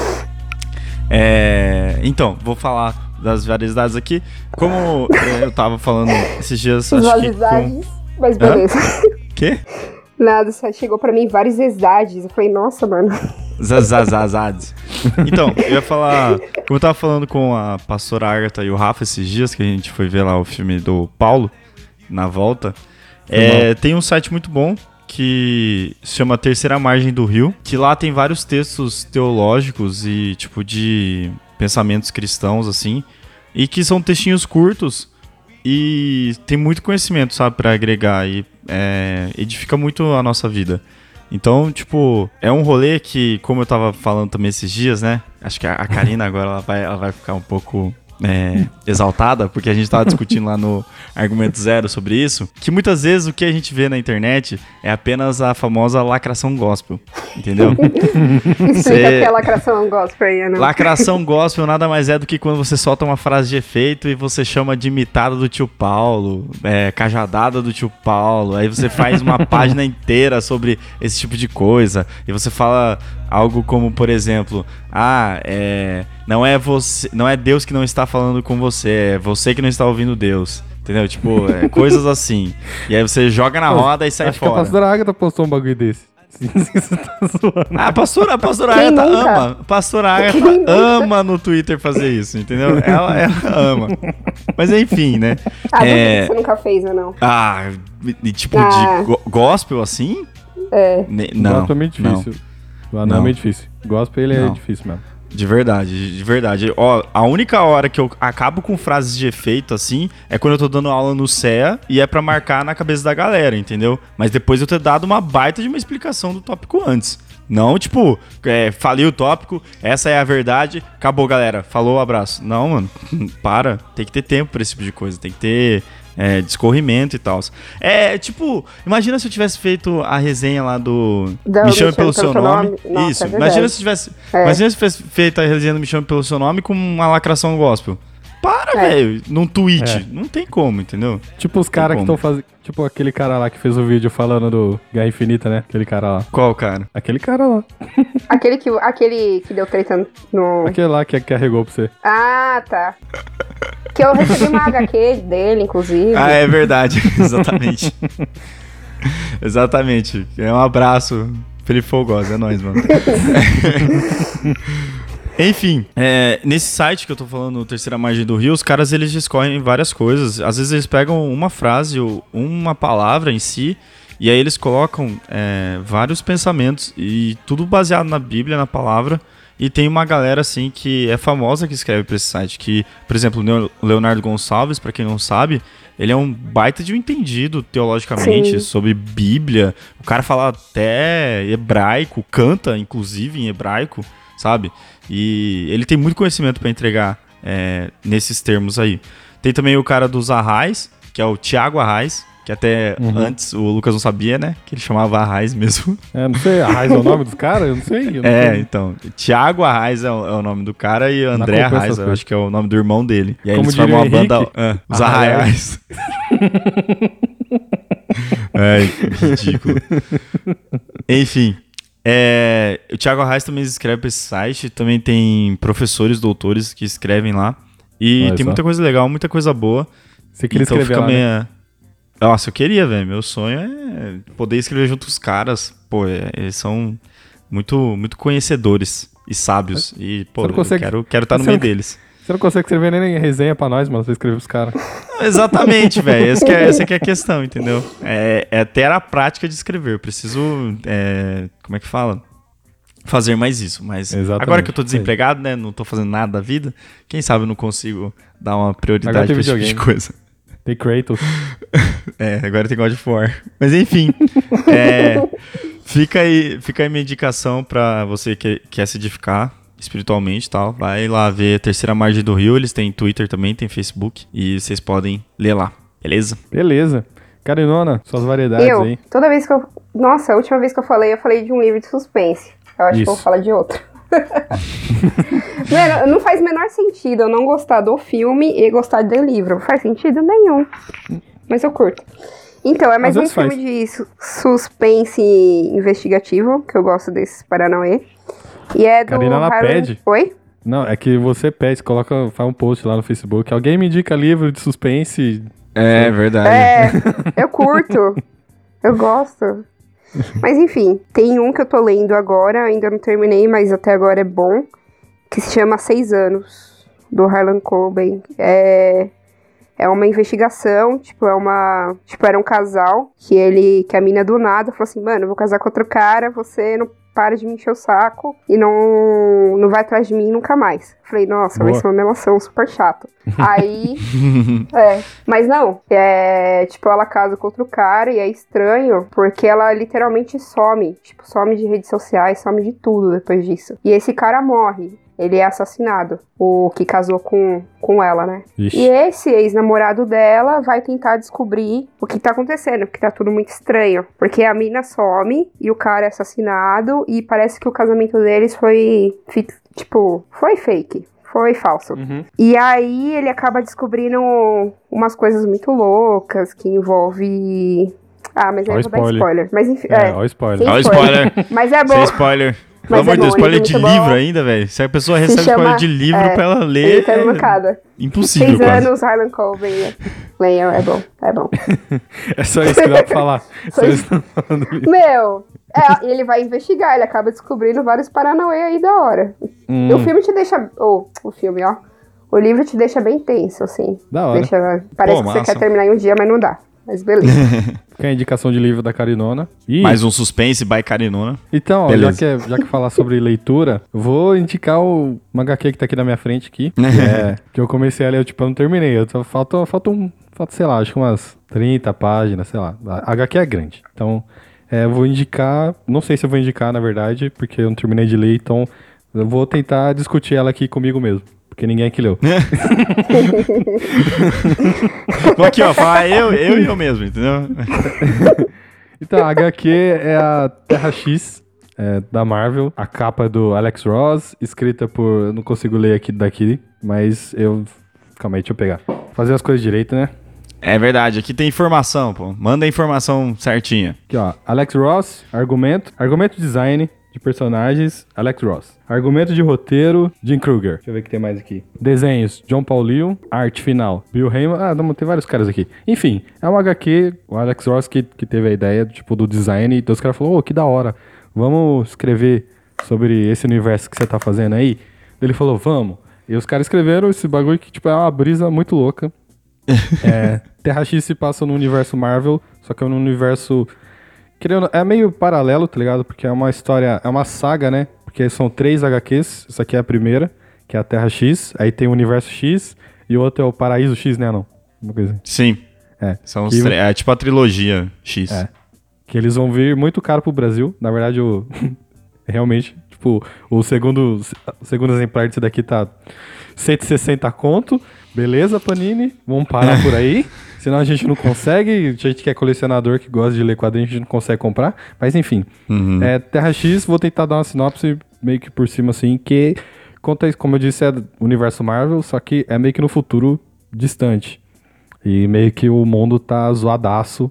É, então, vou falar das variedades aqui. Como é, eu tava falando esses dias, acho que com... Variedades, mas beleza. Quê? Nada, só chegou pra mim vários exades. Eu falei, nossa, mano. Zazazazades. Então, eu ia falar. Como eu tava falando com a pastora Agatha e o Rafa esses dias, que a gente foi ver lá o filme do Paulo, na volta. É, tem um site muito bom que se chama Terceira Margem do Rio, que lá tem vários textos teológicos e tipo de pensamentos cristãos, assim, e que são textinhos curtos e tem muito conhecimento, sabe, pra agregar e é, edifica muito a nossa vida. Então, tipo, é um rolê que, como eu tava falando também esses dias, né? Acho que a a Karina agora ela vai, ela vai ficar um pouco é, exaltada, porque a gente tava discutindo lá no Argumento Zero sobre isso, que muitas vezes o que a gente vê na internet é apenas a famosa lacração gospel, entendeu? Explica Cê- que é lacração gospel aí, Ana. Lacração gospel nada mais é do que quando você solta uma frase de efeito e você chama de imitada do tio Paulo, é, cajadada do tio Paulo, aí você faz uma página inteira sobre esse tipo de coisa, e você fala algo como, por exemplo, ah, é, não é você, não é Deus que não está falando com você, é você que não está ouvindo Deus. Entendeu? Tipo, é, coisas assim. E aí você joga na roda e sai Acho que a fora. pastora Agatha postou um bagulho desse. Você tá zoando. Ah, a pastora, a pastora Quem Agatha nunca? ama. A pastora Agatha Quem nunca? ama no Twitter fazer isso, entendeu? Ela, ela ama. Mas enfim, né? Ah, É, é... você nunca fez, ou não? Ah, e tipo Ah. de go- gospel assim? É. Ne- não, Gospel é meio não, difícil. O anão Não. é meio difícil. Gospel ele é Não. difícil mesmo. de verdade, de verdade. Ó, a única hora que eu acabo com frases de efeito assim é quando eu tô dando aula no C E A e é pra marcar na cabeça da galera, entendeu? Mas depois eu ter dado uma baita de uma explicação do tópico antes. Não, tipo, é, falei o tópico, essa é a verdade, acabou, galera. Falou, abraço. Não, mano, para. Tem que ter tempo pra esse tipo de coisa. Tem que ter é, discorrimento e tal. É, tipo, imagina se eu tivesse feito a resenha lá do Não, Me Chame Pelo Seu Nome. Nossa, Isso, é verdade. imagina se eu tivesse... É. Imagina se eu tivesse feito a resenha do Me Chame Pelo Seu Nome com uma lacração gospel. Para, É. velho, num tweet. É. Não tem como, entendeu? Tipo os caras que como. estão fazendo. Tipo aquele cara lá que fez o vídeo falando do Guerra Infinita, né? Aquele cara lá. Qual, cara? Aquele cara lá. Aquele que, aquele que deu treta no... Aquele lá que carregou pra você. Ah, tá. Que eu recebi uma H Q dele, inclusive. Ah, é verdade. Exatamente. Exatamente. É um abraço. Felipe Folgosa, é nóis, mano. Enfim, é, nesse site que eu tô falando, o Terceira Margem do Rio, os caras eles discorrem várias coisas. Às vezes eles pegam uma frase ou uma palavra em si e aí eles colocam é, vários pensamentos e tudo baseado na Bíblia, na palavra. E tem uma galera assim que é famosa que escreve pra esse site, que, por exemplo, o Leonardo Gonçalves, pra quem não sabe, ele é um baita de um entendido teologicamente Sim. sobre Bíblia. O cara fala até hebraico, canta inclusive em hebraico, sabe? E ele tem muito conhecimento pra entregar é, nesses termos aí. Tem também o cara dos Arrais, que é o Thiago Arrais, que até Uhum. antes o Lucas não sabia, né? Que ele chamava Arrais mesmo. É, não sei, Arraiz é o nome dos caras? Eu não sei. Eu não É, sei. então, Thiago Arrais é o, é o nome do cara e André acompanho Arrais, essas eu coisas. acho que é o nome do irmão dele. E aí Como eles diria formam o uma banda... Henrique, Ah, os Arraiais. Arraiais. É, ridículo. Enfim, é, o Thiago Arrais também escreve pra esse site, também tem professores, doutores que escrevem lá. E Olha tem só. muita coisa legal, muita coisa boa. Você queria Então escrever fica lá, né? meio... Nossa, eu queria, velho. Meu sonho é poder escrever junto com os caras. Pô, é- eles são muito, muito conhecedores e sábios. E, pô, Você não consegue- eu quero estar quero tá no Você meio não- deles. Você não consegue escrever nem resenha pra nós, mano. Você escreve pros caras. Exatamente, velho. Essa, que é- essa que é a questão, entendeu? É, é ter a prática de escrever. Eu preciso, é, como é que fala? Fazer mais isso. Mas Exatamente. agora que eu tô desempregado, né? Não tô fazendo nada da vida. Quem sabe eu não consigo dar uma Agora prioridade tem pra esse tipo de videogame. coisa. Tem Kratos. É, agora tem God of War. Mas enfim, é, fica aí, fica aí minha indicação pra você que quer se edificar espiritualmente e tal. Vai lá ver Terceira Margem do Rio, eles têm Twitter também, tem Facebook, e vocês podem ler lá, beleza? Beleza. Carinona, suas variedades Eu, aí. toda vez que eu... Nossa, a última vez que eu falei, eu falei de um livro de suspense. Eu acho Isso. que eu vou falar de outro. Mano, não faz o menor sentido eu não gostar do filme e gostar do livro. Não faz sentido nenhum. Mas eu curto. Então, é mais Às um vezes filme faz. de su- suspense investigativo, que eu gosto desses Paranauê. E é do... Karina, ela Harlan- pede. Oi? Não, é que você pede, coloca, faz um post lá no Facebook. Alguém me indica livro de suspense. É verdade. É, eu curto. Eu gosto. Mas enfim, tem um que eu tô lendo agora, ainda não terminei, mas até agora é bom, que se chama Seis Anos, do Harlan Coben. É, é uma investigação, tipo, é uma... Tipo, era um casal que ele, que a mina do nada falou assim, mano, eu vou casar com outro cara, você não para de me encher o saco e não, não vai atrás de mim nunca mais. Falei, nossa, vai Boa. ser uma relação super chata. Aí... É, mas não, é, tipo, ela casa com outro cara e é estranho, porque ela literalmente some, tipo, some de redes sociais, some de tudo depois disso. E esse cara morre. ele é assassinado. O que casou com, com ela, né? Ixi. E esse ex-namorado dela vai tentar descobrir o que tá acontecendo, porque tá tudo muito estranho. Porque a mina some e o cara é assassinado e parece que o casamento deles foi, fi- tipo, foi fake. Foi falso. Uhum. E aí ele acaba descobrindo umas coisas muito loucas que envolve... Ah, mas aí Ó eu vou dar spoiler. spoiler. Mas enfim, É, é. ó o spoiler. Sem Olha o spoiler. Mas é bom. Sem spoiler. Pelo Mas amor é de Deus, bom, spoiler livro de muito livro bom. ainda, velho. Se a pessoa Se recebe chama- spoiler de livro é, pra ela ler, Ele tá mancada. impossível Seis quase. anos, Harlan Coben. Leiam, é bom, é bom. É só isso que dá pra falar. Só Só isso. isso que tá falando. Meu, é, e ele vai investigar, ele acaba descobrindo vários paranauê aí da hora. Hum, E o filme te deixa... Ou, o filme, ó. O livro te deixa bem tenso, assim. Da hora. Deixa, parece Pô, que massa. você quer terminar em um dia, mas não dá. Mas beleza. Fica a indicação de livro da Carinona. E, Mais um suspense by Carinona. então, ó, já Beleza. que, é- já que falar sobre leitura, eu vou indicar o uma H Q que tá aqui na minha frente aqui. Que, é, que eu comecei a ler, eu, tipo, eu não terminei. Eu só falta, falta um, falta, sei lá, acho que umas trinta páginas, sei lá. A H Q é grande. Então, é, eu vou indicar, não sei se eu vou indicar, na verdade, porque eu não terminei de ler, então eu vou tentar discutir ela aqui comigo mesmo. Porque ninguém aqui leu. Vou aqui, ó, falar eu, eu e eu mesmo, entendeu? Então, a H Q é a Terra X é, da Marvel. A capa é do Alex Ross, escrita por... Eu não consigo ler aqui daqui, mas eu... Calma aí, deixa eu pegar. Fazer as coisas direito, né? É verdade, aqui tem informação, pô. Manda a informação certinha. Aqui, ó. Alex Ross, argumento. Argumento design de personagens, Alex Ross. Argumento de roteiro, Jim Kruger. Deixa eu ver o que tem mais aqui. Desenhos, John Paulino. Arte final, Bill Heyman. Ah, não, tem vários caras aqui. Enfim, é uma H Q, o Alex Ross que, que teve a ideia, tipo, do design. E os caras falaram, ô, que da hora. Vamos escrever sobre esse universo que você tá fazendo aí? Ele falou, vamos. E os caras escreveram esse bagulho que, tipo, é uma brisa muito louca. É, Terra X se passa no universo Marvel, só que é no universo... Querendo, é meio paralelo, tá ligado? Porque é uma história, é uma saga, né? Porque são três H Qs, essa aqui é a primeira, que é a Terra X, aí tem o Universo X, e o outro é o Paraíso X, né, não? Uma coisa assim. Sim. É. São os Que- tre- é tipo a trilogia X. É. Que eles vão vir muito caro pro Brasil. Na verdade, o... realmente, tipo, o segundo, o segundo exemplar desse daqui tá cento e sessenta conto. Beleza, Panini? Vamos parar por aí. Senão a gente não consegue. A gente que é colecionador, que gosta de ler quadrinhos, a gente não consegue comprar. Mas enfim. Uhum. É, Terra X, vou tentar dar uma sinopse meio que por cima, assim, que conta, como eu disse, é do universo Marvel, só que é meio que no futuro distante. E meio que o mundo tá zoadaço,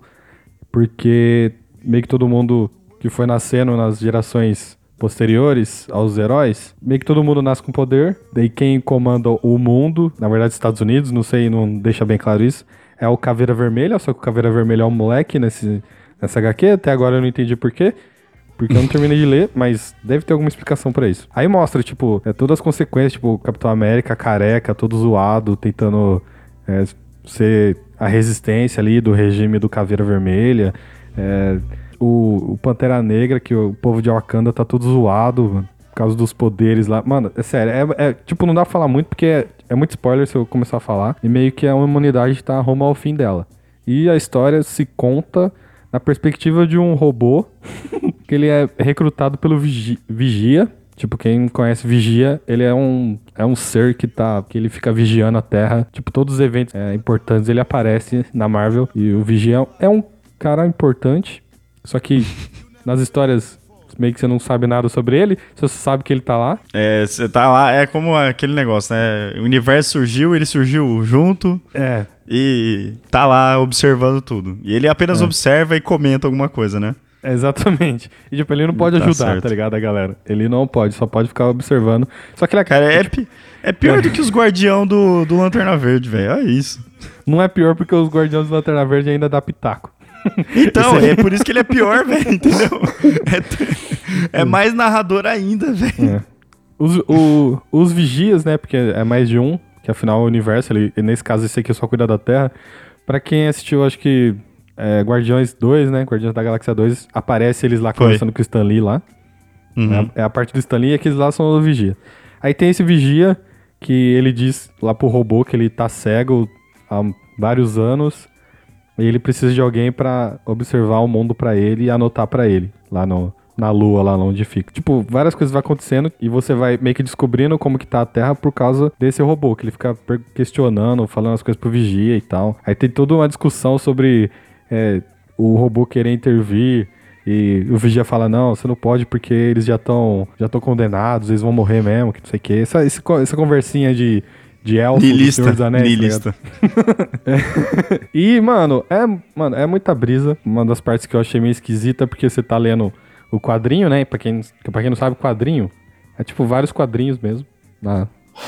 porque meio que todo mundo que foi nascendo nas gerações posteriores aos heróis, meio que todo mundo nasce com poder, daí quem comanda o mundo, na verdade Estados Unidos, não sei, não deixa bem claro isso, é o Caveira Vermelha, só que o Caveira Vermelha é um moleque nesse, nessa H Q, até agora eu não entendi por quê. Porque eu não terminei de ler, mas deve ter alguma explicação pra isso. Aí mostra, tipo, é, todas as consequências, tipo, o Capitão América careca, todo zoado, tentando é, ser a resistência ali do regime do Caveira Vermelha. É, o, o Pantera Negra, que o povo de Wakanda tá todo zoado mano, por causa dos poderes lá. Mano, é sério, é, é, tipo, não dá pra falar muito porque é, é muito spoiler se eu começar a falar. E meio que a humanidade tá rumo ao fim dela. E a história se conta na perspectiva de um robô que ele é recrutado pelo Vigi- Vigia. Tipo, quem conhece Vigia, ele é um, é um ser que tá, que ele fica vigiando a Terra. Tipo, todos os eventos é, importantes, ele aparece na Marvel. E o Vigia é um cara importante, só que nas histórias meio que você não sabe nada sobre ele, você só sabe que ele tá lá. É, você tá lá, é como aquele negócio, né? O universo surgiu, ele surgiu junto É, e tá lá observando tudo. E ele apenas É. observa e comenta alguma coisa, né? exatamente. E tipo, ele não pode Tá ajudar, certo. tá ligado, a galera? Ele não pode, só pode ficar observando. Só que ele é, Cara, é, pi- é pior do que os guardião do, do Lanterna Verde, velho. Olha isso. não é pior porque os Guardiões do Lanterna Verde ainda dá pitaco. Então, é por isso que ele é pior, velho, entendeu? É, t- é mais narrador ainda, velho. É. Os, o- os vigias, né? Porque é mais de um, que afinal é o universo, ele, e nesse caso esse aqui só cuida da Terra. Pra quem assistiu, acho que é, Guardiões dois, né? Guardiões da Galáxia dois, aparece eles lá Foi. conversando com o Stan Lee lá. Uhum. É, a, é a parte do Stan Lee e aqueles lá são o vigia. Aí tem esse vigia que ele diz lá pro robô que ele tá cego há vários anos e ele precisa de alguém pra observar o mundo pra ele e anotar pra ele lá no, na Lua, lá onde fica. Tipo, várias coisas vão acontecendo e você vai meio que descobrindo como que tá a Terra por causa desse robô, que ele fica per- questionando, falando as coisas pro vigia e tal. Aí tem toda uma discussão sobre é, o robô querer intervir e o vigia fala, não, você não pode porque eles já estão já estão condenados, eles vão morrer mesmo, que não sei o que. Essa, esse co- essa conversinha de, de elfo do Senhor Nilista, dos Anéis, tá nilista. ligado? E, mano é, mano, é muita brisa. Uma das partes que eu achei meio esquisita, porque você tá lendo o quadrinho, né? Pra quem, pra quem não sabe, quadrinho é tipo vários quadrinhos mesmo. Na,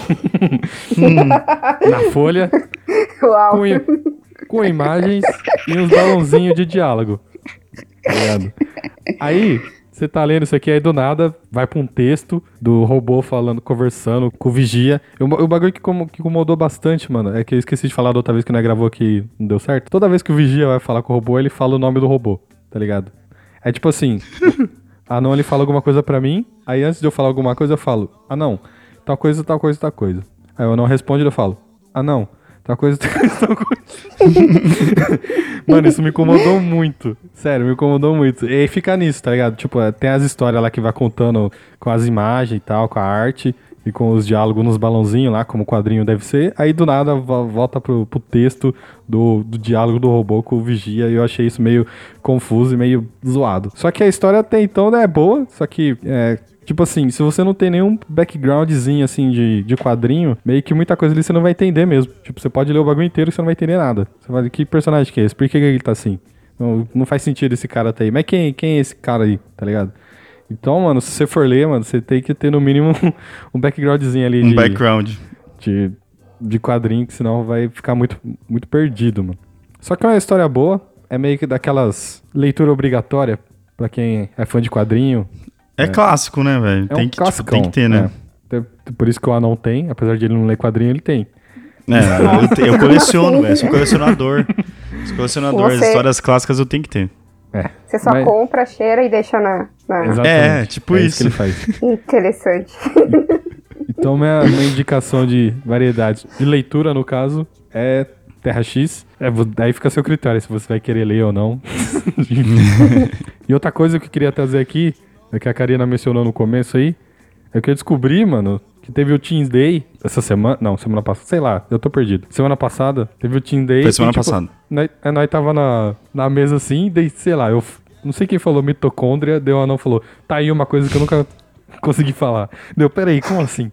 na folha, Uau. com, i- com imagens e uns balãozinhos de diálogo. Tá ligado? Aí, você tá lendo isso aqui, aí do nada vai pra um texto do robô falando, conversando com o vigia. O, o bagulho que, como, que incomodou bastante, mano, é que eu esqueci de falar da outra vez que nós gravou aqui, não deu certo. Toda vez que o vigia vai falar com o robô, ele fala o nome do robô, tá ligado? É tipo assim, ah não, ele fala alguma coisa pra mim, aí antes de eu falar alguma coisa eu falo, ah não, tal coisa, tal coisa, tal coisa. Aí eu não responde e eu falo, ah não, tal coisa, tal coisa, tal coisa. Mano, isso me incomodou muito. Sério, me incomodou muito. E aí fica nisso, tá ligado? Tipo, é, tem as histórias lá que vai contando com as imagens e tal, com a arte e com os diálogos nos balãozinhos lá, como o quadrinho deve ser. Aí do nada vo- volta pro, pro texto do, do diálogo do robô com o vigia. E eu achei isso meio confuso e meio zoado. Só que a história até então né, é boa, só que é. Tipo assim, se você não tem nenhum backgroundzinho, assim, de, de quadrinho, meio que muita coisa ali você não vai entender mesmo. Tipo, você pode ler o bagulho inteiro e você não vai entender nada. Você vai, que personagem que é esse? Por que, que ele tá assim? Não, não faz sentido esse cara tá aí. Mas quem, quem é esse cara aí, tá ligado? Então, mano, se você for ler, mano, você tem que ter no mínimo um backgroundzinho ali Um de, background. de, de quadrinho, que senão vai ficar muito, muito perdido, mano. Só que é uma história boa, é meio que daquelas leitura obrigatória pra quem é fã de quadrinho. É, clássico, né, velho? É tem, um que, tipo, classicão, tem que ter, né? é. Por isso que o anão tem, apesar de ele não ler quadrinho, ele tem. É, eu, te- eu coleciono, velho. Sou colecionador. Sou colecionador. As Você- histórias clássicas eu tenho que ter. É. Você só Mas- compra, cheira e deixa na. na... Exatamente. É, tipo é isso. que ele faz. Interessante. Então, minha, minha indicação de variedade de leitura, no caso, é Terra X. É, vo- daí fica a seu critério, se você vai querer ler ou não. E outra coisa que eu queria trazer aqui, é que a Karina mencionou no começo aí, é que eu descobri, mano, que teve o Teens Day essa semana. Não, semana passada. Sei lá, eu tô perdido. Semana passada, teve o Teens Day. Foi semana e, tipo, passada. Nós, é, nós tava na, na mesa assim, daí, sei lá, eu f- não sei quem falou mitocôndria, deu anão falou, tá aí uma coisa que eu nunca consegui falar. Deu, peraí, como assim?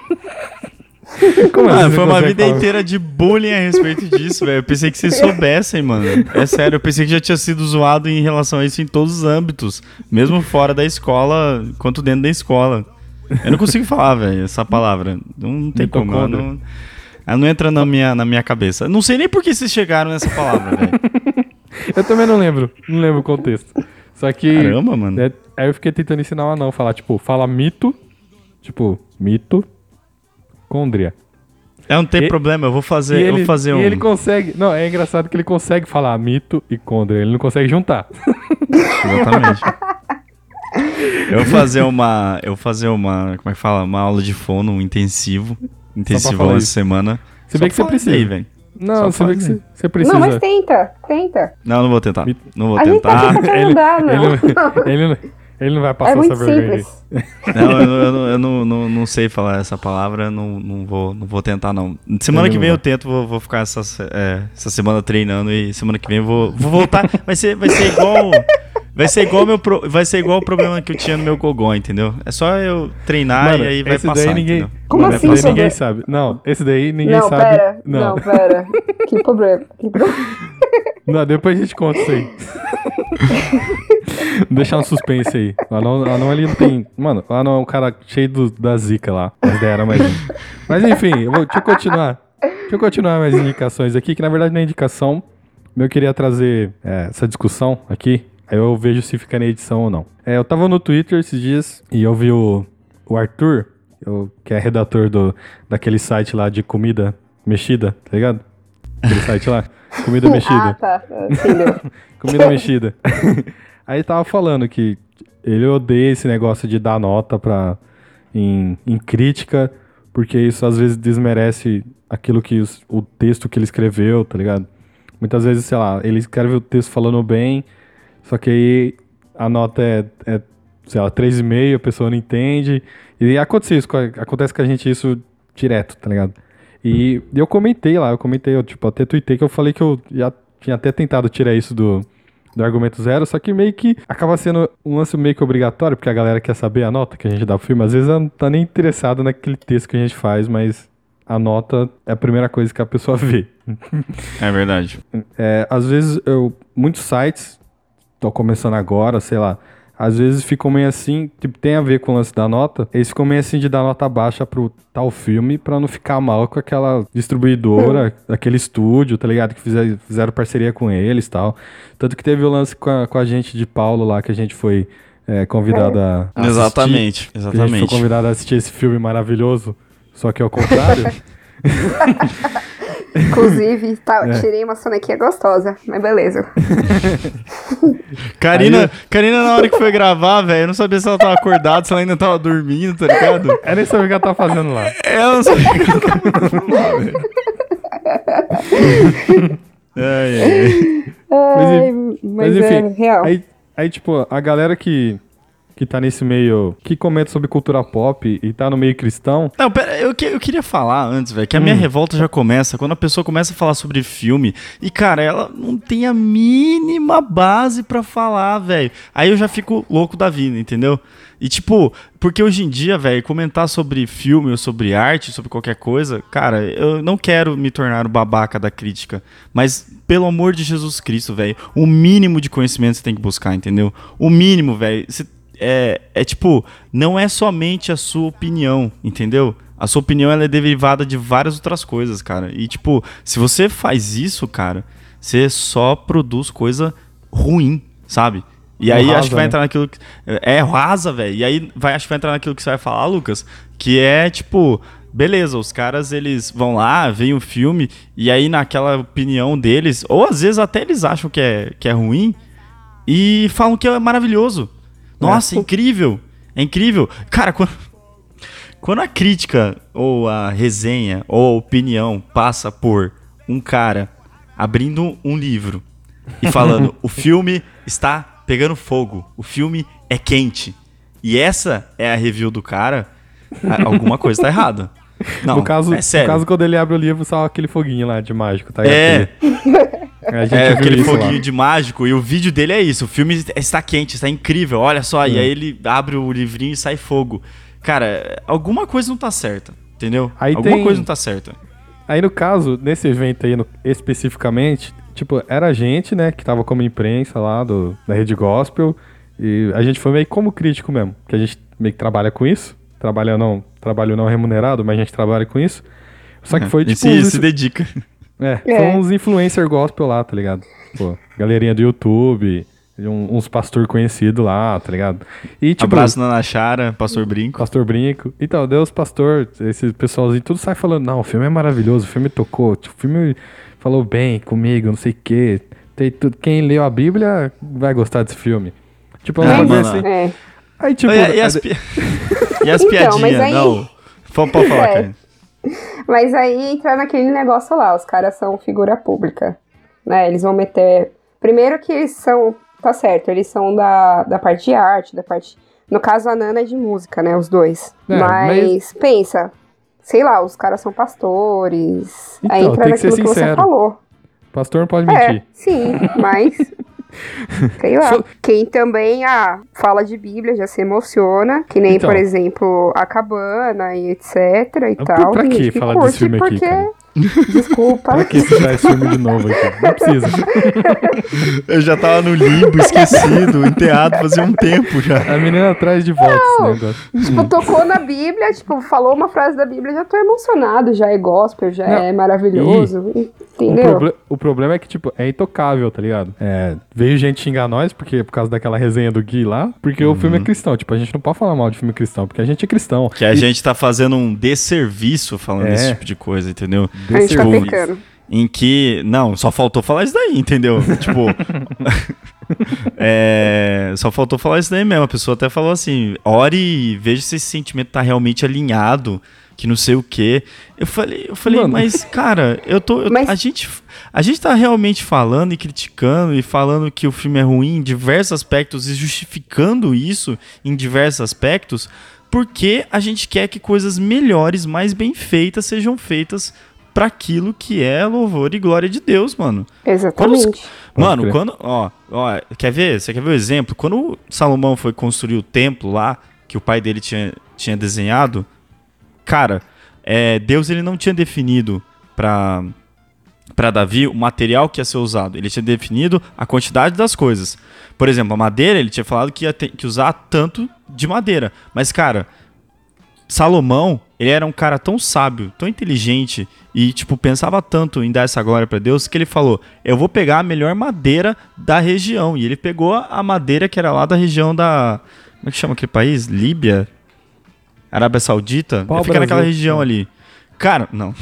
Como Ah, você foi uma consegue vida falar? inteira de bullying a respeito disso, velho. Eu pensei que vocês soubessem, mano. É sério, eu pensei que já tinha sido zoado em relação a isso em todos os âmbitos. Mesmo fora da escola, quanto dentro da escola. Eu não consigo falar, velho, essa palavra. Não tem como. Ela Mitocôndria. não, ela não entra na minha, na minha cabeça. Não sei nem por que vocês chegaram nessa palavra, velho. Eu também não lembro, não lembro o contexto. Só que. Caramba, mano. é, aí eu fiquei tentando ensinar o anão, falar, tipo, fala mito, tipo, mito, côndria. É, não tem E- problema, eu vou fazer, e eu ele, vou fazer e um... ele consegue. Não, é engraçado que ele consegue falar mito e côndria, ele não consegue juntar. Exatamente. Eu vou fazer uma. Eu vou fazer uma. Como é que fala? Uma aula de fono, um intensivo. Intensivão falar essa isso. semana. Se Só bem que você pra precisa. fazer aí, velho. Não, Só você vê que fazer. você, você precisa. Não, mas tenta, tenta. Não, não vou tentar. Me- Não vou A gente tá tentar. tentando ele, ajudar, ele, não. não- ele, não- ele não vai passar É muito essa vergonha aí. simples. Não, eu, não- eu, não, eu não, não, não sei falar essa palavra, não, não, vou, não vou tentar, não. Semana Ele que não vem vai. eu tento, vou, vou ficar essa, se- é, essa semana treinando e semana que vem eu vou, vou voltar. Vai ser, vai ser igual. Vai ser igual meu pro- vai ser igual o problema que eu tinha no meu gogó, entendeu? É só eu treinar Mano, e aí vai esse passar, daí ninguém. entendeu? Como Mano, assim, esse daí ninguém sobre- sabe. Não, esse daí ninguém Não, sabe. pera. Não. Não, pera. Que problema. Que problema. Não, depois a gente conta isso aí. Deixar um suspense aí. O anão, o anão ali não tem. Mano, o anão é um cara cheio do- da zica lá. Mas daí era mais um. Mas enfim, eu vou, deixa eu continuar. Deixa eu continuar mais indicações aqui, que na verdade não é indicação. Eu queria trazer é, essa discussão aqui. Aí eu vejo se fica na edição ou não. É, eu tava no Twitter esses dias e eu vi o, o Arthur, eu- que é redator do, daquele site lá de comida mexida, tá ligado? Aquele site lá. Comida mexida. Ah, tá. Entendeu. Comida mexida. Aí tava falando que ele odeia esse negócio de dar nota pra, em, em crítica, porque isso às vezes desmerece aquilo que os- o texto que ele escreveu, tá ligado? Muitas vezes, sei lá, ele escreve o texto falando bem, só que aí a nota é, é sei lá, três vírgula cinco, a pessoa não entende. E acontece isso, com a- acontece com a gente isso direto, tá ligado? E eu comentei lá, eu comentei, eu tipo, até tuitei que eu falei que eu já tinha até tentado tirar isso do, do argumento zero, só que meio que acaba sendo um lance meio que obrigatório, porque a galera quer saber a nota que a gente dá pro filme. Às vezes ela não tá nem interessada naquele texto que a gente faz, mas a nota é a primeira coisa que a pessoa vê. É verdade. É, às vezes, eu, muitos sites, tô começando agora, sei lá, às vezes ficam meio assim, tipo, tem a ver com o lance da nota, eles ficam meio assim de dar nota baixa pro tal filme pra não ficar mal com aquela distribuidora, aquele estúdio, tá ligado? Que fizer, fizeram parceria com eles e tal. Tanto que teve o lance com a, com a gente de Paulo lá, que a gente foi é, convidado a, a Exatamente, assistir. Que A gente foi exatamente. convidado a assistir esse filme maravilhoso, só que ao contrário. Inclusive, tá, É. tirei uma sonequinha gostosa, mas beleza. Karina, Aí Karina, na hora que foi gravar, velho, eu não sabia se ela tava acordada, se ela ainda tava dormindo, tá ligado? Eu nem sabia o que ela tá fazendo lá. Ela não sabia o que ela tava fazendo lá, velho. Ai, ai, ai. Ai, en- mas, mas é enfim, real. Aí, aí, tipo, a galera que, que tá nesse meio, que comenta sobre cultura pop e tá no meio cristão, Não, pera, eu, que- eu queria falar antes, velho, que a minha Hum. revolta já começa quando a pessoa começa a falar sobre filme e, cara, ela não tem a mínima base pra falar, velho. Aí eu já fico louco da vida, entendeu? E, tipo, porque hoje em dia, velho, comentar sobre filme ou sobre arte, sobre qualquer coisa, cara, eu não quero me tornar o babaca da crítica, mas, pelo amor de Jesus Cristo, velho, o mínimo de conhecimento você tem que buscar, entendeu? O mínimo, velho, você É, é tipo, não é somente a sua opinião, entendeu? A sua opinião ela é derivada de várias outras coisas, cara. E tipo, se você faz isso, cara, você só produz coisa ruim, sabe? E aí Rasa, acho que vai né? entrar naquilo que... É, rasa, velho. E aí vai, acho que vai entrar naquilo que você vai falar, Lucas, que é tipo... Beleza, os caras, eles vão lá, veem o filme, e aí naquela opinião deles, ou às vezes até eles acham que é, que é ruim, e falam que é maravilhoso. Nossa, é incrível! É incrível! Cara, quando, quando a crítica, ou a resenha, ou a opinião passa por um cara abrindo um livro e falando, o filme está pegando fogo, o filme é quente, e essa é a review do cara, a- alguma coisa tá errada. Não, no, caso, é sério. no caso, quando ele abre o livro, só aquele foguinho lá de mágico, tá? É. Aquele- A gente É viu aquele isso foguinho lá. de mágico, e o vídeo dele é isso, o filme está quente, está incrível, olha só, e É. aí ele abre o livrinho e sai fogo. Cara, alguma coisa não tá certa, entendeu? Aí alguma tem- coisa não tá certa. Aí, no caso, nesse evento aí, no- especificamente, tipo, era a gente, né, que tava como imprensa lá do, da Rede Gospel, e a gente foi meio como crítico mesmo, que a gente meio que trabalha com isso, trabalha não, trabalho não remunerado, mas a gente trabalha com isso. Só que foi E tipo... se, uns- se dedica. É, É. foi uns influencer gospel lá, tá ligado? Pô, galerinha do YouTube, um- uns pastor conhecido lá, tá ligado? E tipo, Abraço na Nachara, Pastor Brinco. pastor Brinco. Então, Deus pastor, esse pessoalzinho, tudo sai falando, não, o filme é maravilhoso, o filme tocou, tipo, o filme falou bem comigo, não sei o quê. Tem tudo, quem leu a Bíblia vai gostar desse filme. Tipo, Ah, uma coisa mano. assim. É. Aí, tipo, e, e as, pi- e as Então, piadinhas? mas aí- Não. Pode pode falar, É. cara. Mas aí entra naquele negócio lá, os caras são figura pública, né? Eles vão meter... Primeiro que eles são... Tá certo, eles são da, da parte de arte, da parte... No caso, a Nana é de música, né? Os dois. É, mas, mas- pensa, sei lá, os caras são pastores. aí Então, entra tem que ser naquilo que você sincero. falou. pastor não pode É, mentir. sim, mas... sei lá. So- Quem também ah, fala de Bíblia já se emociona, que nem, Então. por exemplo, A Cabana e etc e Pra- tal. pra Tem que gente falar curte desse filme aqui, porque... cara? Desculpa. Pra que citar esse filme de novo aqui? Não precisa. Eu já tava no limbo, esquecido, enteado fazia um tempo já. A menina traz de volta esse negócio. Tipo, tocou na Bíblia, tipo, falou uma frase da Bíblia, já tô emocionado, já é gospel, já Não. é maravilhoso, O, entendeu? proble- o problema é que, tipo, é intocável, tá ligado? É, veio gente xingar nós, porque por causa daquela resenha do Gui lá, porque o filme é cristão. Tipo, a gente não pode falar mal de filme cristão, porque a gente é cristão. Que a gente tá fazendo um desserviço falando É. desse tipo de coisa, entendeu? A gente tá Tipo, pecando. Em que. Não, só faltou falar isso daí, entendeu? Tipo. é, só faltou falar isso daí mesmo. A pessoa até falou assim: ore e veja se esse sentimento tá realmente alinhado. que não sei o quê. Eu falei, eu falei, Mano. mas, cara, eu tô. eu- Mas- a, gente, a gente tá realmente falando e criticando e falando que o filme é ruim em diversos aspectos e justificando isso em diversos aspectos, porque a gente quer que coisas melhores, mais bem feitas, sejam feitas pra aquilo que é louvor e glória de Deus, mano. Exatamente. Quando os- Mano, crer. quando. Ó, ó, quer ver? Você quer ver o exemplo? Quando Salomão foi construir o templo lá, que o pai dele tinha, tinha desenhado, cara, é, Deus ele não tinha definido pra, pra Davi o material que ia ser usado. Ele tinha definido a quantidade das coisas. Por exemplo, a madeira, ele tinha falado que ia ter, que usar tanto de madeira. Mas, cara, Salomão, ele era um cara tão sábio, tão inteligente e, tipo, pensava tanto em dar essa glória pra Deus que ele falou, eu vou pegar a melhor madeira da região. E ele pegou a madeira que era lá da região da... Como é que chama aquele país? Líbia? Arábia Saudita? Pau Fica naquela Brasil. região ali. Cara, não.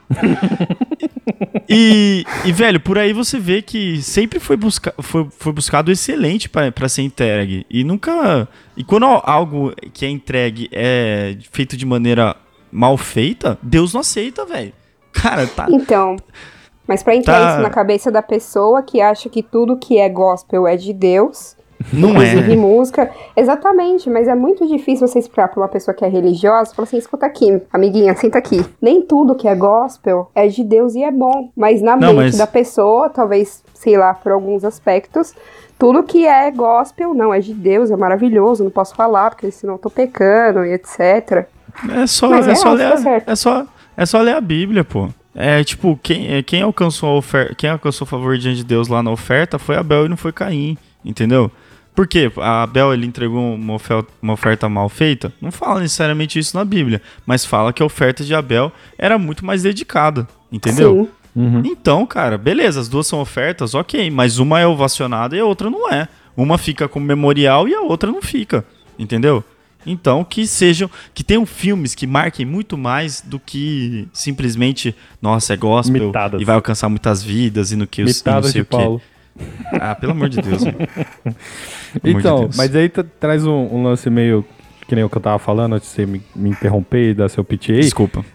E, e, velho, por aí você vê que sempre foi, busca, foi, foi buscado excelente pra pra ser entregue. E nunca... E quando algo que é entregue é feito de maneira mal feita, Deus não aceita, velho. Cara, tá... Então, mas pra entrar Tá. isso na cabeça da pessoa que acha que tudo que é gospel é de Deus, Não inclusive é. música, exatamente, mas é muito difícil você explicar pra uma pessoa que é religiosa, falar assim, escuta aqui, amiguinha, senta aqui. Nem tudo que é gospel é de Deus e é bom, mas na Não, mente mas- da pessoa, talvez, sei lá, por alguns aspectos, tudo que é gospel, não, é de Deus, é maravilhoso, não posso falar, porque senão eu tô pecando e etcétera. É só, Mas é, é, só ó, ler, tá a- certo. é só é só ler a Bíblia, pô. É tipo, quem, é, quem alcançou a oferta, quem alcançou o favor diante de Deus lá na oferta foi Abel e não foi Caim, entendeu? Por quê? A Abel ele entregou uma oferta, uma oferta mal feita? Não fala necessariamente isso na Bíblia, mas fala que a oferta de Abel era muito mais dedicada, entendeu? Sim. Uhum. Então, cara, beleza, as duas são ofertas, ok, mas uma é ovacionada e a outra não é. Uma fica como memorial e a outra não fica, entendeu? Então, que sejam, que tenham filmes que marquem muito mais do que simplesmente, nossa, é gospel Mitadas. e vai alcançar muitas vidas e no que eu e não Mitadas sei de o quê. Paulo. Ah, pelo amor de Deus, velho. Pelo amor de Então, Deus. mas aí tra- traz um, um lance meio que nem o que eu tava falando antes de você me, me interromper e dar seu pitch aí. Desculpa.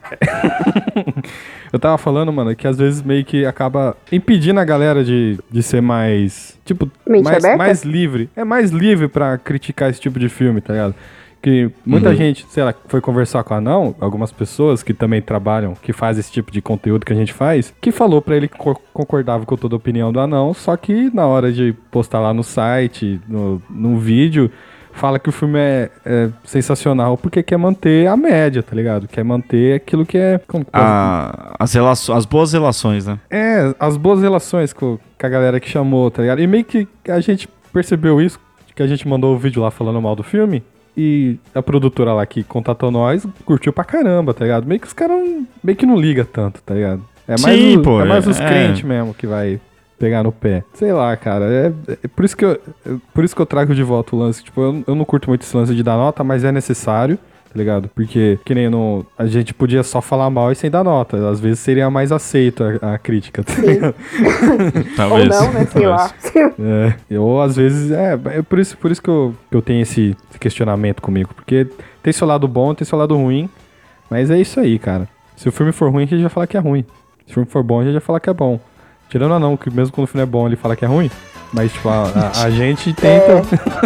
Eu tava falando, mano, que às vezes meio que acaba impedindo a galera de, de ser mais, tipo, Mente mais, aberta? mais livre. É mais livre pra criticar esse tipo de filme, tá ligado? Que muita Uhum. gente, sei lá, foi conversar com a Anão, algumas pessoas que também trabalham, que fazem esse tipo de conteúdo que a gente faz, que falou pra ele que co- concordava com toda a opinião do Anão, só que na hora de postar lá no site, no, no vídeo, fala que o filme é, é sensacional porque quer manter a média, tá ligado? Quer manter aquilo que é... Como que pode- A- as, relaço- as boas relações, né? É, as boas relações com, com a galera que chamou, tá ligado? E meio que a gente percebeu isso, que a gente mandou o vídeo lá falando mal do filme, e a produtora lá que contatou nós curtiu pra caramba, tá ligado? Meio que os caras não- meio que não liga tanto, tá ligado? É mais, Sim, o- pô, é mais é- os é. crentes mesmo que vai pegar no pé. Sei lá, cara, é, é por isso que eu, é por isso que eu trago de volta o lance. Tipo, eu, eu não curto muito esse lance de dar nota, mas é necessário, tá ligado? Porque, que nem no, a gente podia só falar mal e sem dar nota. Às vezes seria mais aceito a, a crítica, tá ligado? Ou Talvez. não, né? Sei lá. É, ou às vezes, é, é por isso, por isso que, eu, que eu tenho esse, esse questionamento comigo, porque tem seu lado bom, tem seu lado ruim, mas é isso aí, cara. Se o filme for ruim, a gente vai falar que é ruim. Se o filme for bom, a gente vai falar que é bom. Tirando a não, que mesmo quando o filme é bom, ele fala que é ruim, mas tipo, a, a- a gente tenta...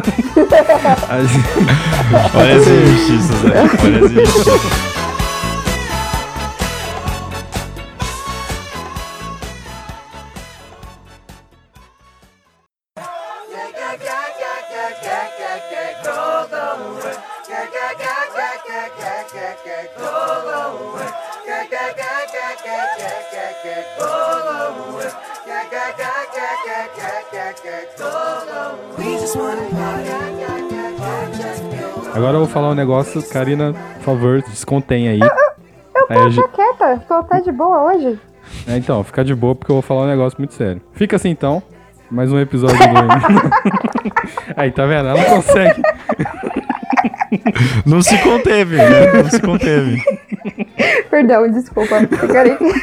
A gente- Olha as injustiças, velho. Olha as injustiças. Agora eu vou falar um negócio, Karina, por favor, descontém aí. Aí a gente- Tô quieta, tô até de boa hoje. É, então, fica de boa porque eu vou falar um negócio muito sério. Fica assim então, mais um episódio do... Aí, tá vendo? Ela não consegue. Não se conteve, né? Não se conteve. Perdão, desculpa. Eu queria que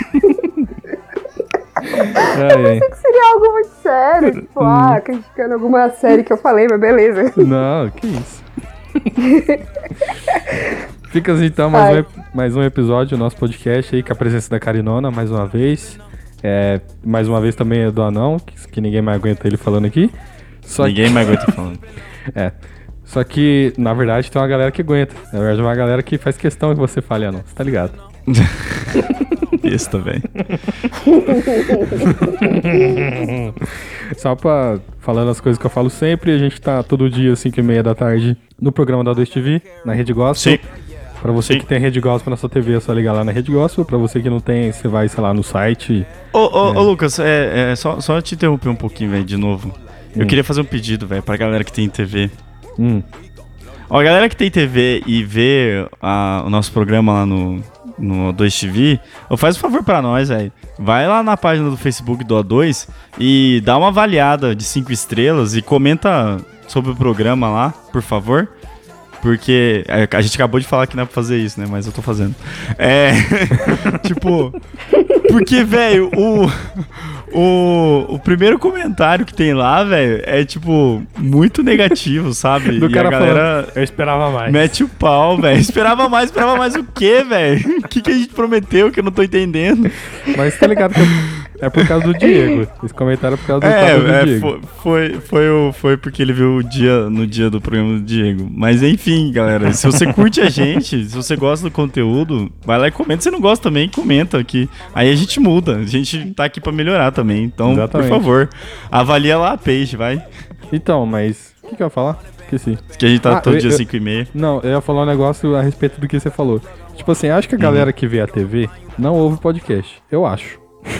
Ai, ai. seria algo muito sério. Tipo, ah, criticando alguma série que eu falei, mas beleza. Não, que isso. Fica então mais um, ep- mais um episódio do nosso podcast aí, com a presença da Carinona, mais uma vez. É, mais uma vez também é do Anão, que, que ninguém mais aguenta ele falando aqui. Só Ninguém que, mais aguenta falando. É. Só que, na verdade, tem uma galera que aguenta. Na verdade, uma galera que faz questão que você fale Anão, você tá ligado? Besta, velho. Só pra falando as coisas que eu falo sempre, a gente tá todo dia, cinco e meia da tarde, no programa da dois T V, na Rede Gospel. Sim. Pra você Sim. que tem Rede Gospel na sua T V, é só ligar lá na Rede Gospel. Pra você que não tem, você vai, sei lá, no site. Ô, ô, É. ô, Lucas, é, é, só, só te interromper um pouquinho, velho, de novo. Eu Hum. queria fazer um pedido, velho, pra galera que tem T V. Hum, Ó, a galera que tem T V e vê a- o nosso programa lá no, no dois T V, ô, faz um favor pra nós, velho. Vai lá na página do Facebook do O dois e dá uma avaliada de cinco estrelas e comenta sobre o programa lá, por favor. Porque é, a gente acabou de falar que não é pra fazer isso, né? Mas eu tô fazendo. É. Tipo. Porque, velho, o, o. O primeiro comentário que tem lá, velho, é, tipo, muito negativo, sabe? do e cara a galera falando, eu esperava mais. mete o pau, velho. Esperava mais, esperava mais o quê, velho? O que, que a gente prometeu que eu não tô entendendo? Mas tá ligado que é por causa do Diego. Esse comentário é por causa do, quadro do É, é Diego. foi, foi, foi, o, foi porque ele viu o dia, no dia do programa do Diego. Mas enfim, galera, se você curte a gente, se você gosta do conteúdo, vai lá e comenta. Se você não gosta também, comenta aqui. Aí a gente muda. A gente tá aqui pra melhorar também. Então, Exatamente. por favor, avalia lá a page, vai. Então, mas. O que, que eu ia falar? Esqueci. Que a gente tá Ah, todo eu- dia eu- cinco e meia. Não, eu ia falar um negócio a respeito do que você falou. Tipo assim, acho que a galera que vê a T V não ouve podcast. Eu acho.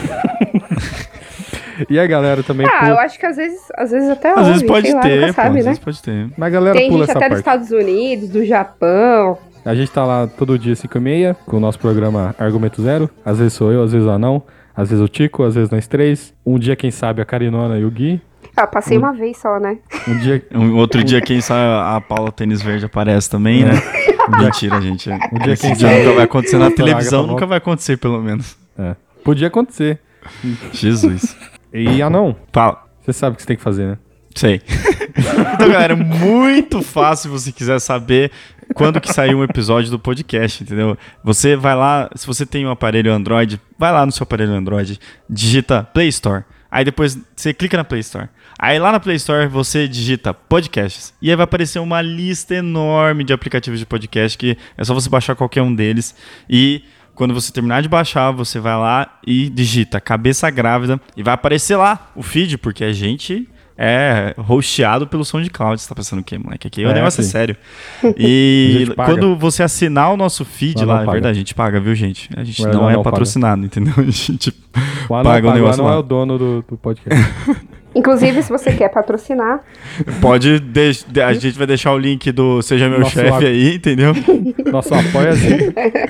E a galera também Ah, pula. eu acho que às vezes, às vezes até Às ouve, vezes pode sei lá, ter, nunca pô, sabe, às né? vezes pode ter. Mas a galera Tem pula gente essa até parte. dos Estados Unidos, do Japão. A gente tá lá todo dia cinco e meia com o nosso programa Argumento Zero. Às vezes sou eu, às vezes o Anão, às vezes o Tico, às vezes nós três. Um dia, quem sabe, a Carinona e o Gui. Ah, passei uma vez só, né? Um dia, Um outro dia, quem sabe, a Paula Tênis Verde aparece também, né? Mentira, gente. um dia, Esse quem dia sabe, nunca vai acontecer na Doutor televisão, Agatha nunca vai acontecer, pelo menos. É. Podia acontecer. Jesus. E Anão, Fala. você sabe o que você tem que fazer, né? Sei. Então, galera, muito fácil se você quiser saber quando que saiu um episódio do podcast, entendeu? Você vai lá, se você tem um aparelho Android, vai lá no seu aparelho Android, digita Play Store. Aí depois você clica na Play Store. Aí lá na Play Store você digita podcasts. E aí vai aparecer uma lista enorme de aplicativos de podcast que é só você baixar qualquer um deles. E quando você terminar de baixar, você vai lá e digita Cabeça Grávida. E vai aparecer lá o feed, porque a gente é hosteado pelo SoundCloud. Você tá pensando o quê, moleque? Aqui o É, negócio é sim. sério. A E gente paga. quando você assinar o nosso feed Lá não lá, é paga. verdade, a gente paga, viu, gente? A gente Mas não lá é não paga. patrocinado, entendeu? A gente O Anão, paga o paga, o negócio Anão lá. é o dono do, do podcast. Inclusive, se você quer patrocinar, Pode, deix- de- a gente vai deixar o link do Seja Meu Nosso Chefe ag- aí, entendeu? Nosso apoio é assim.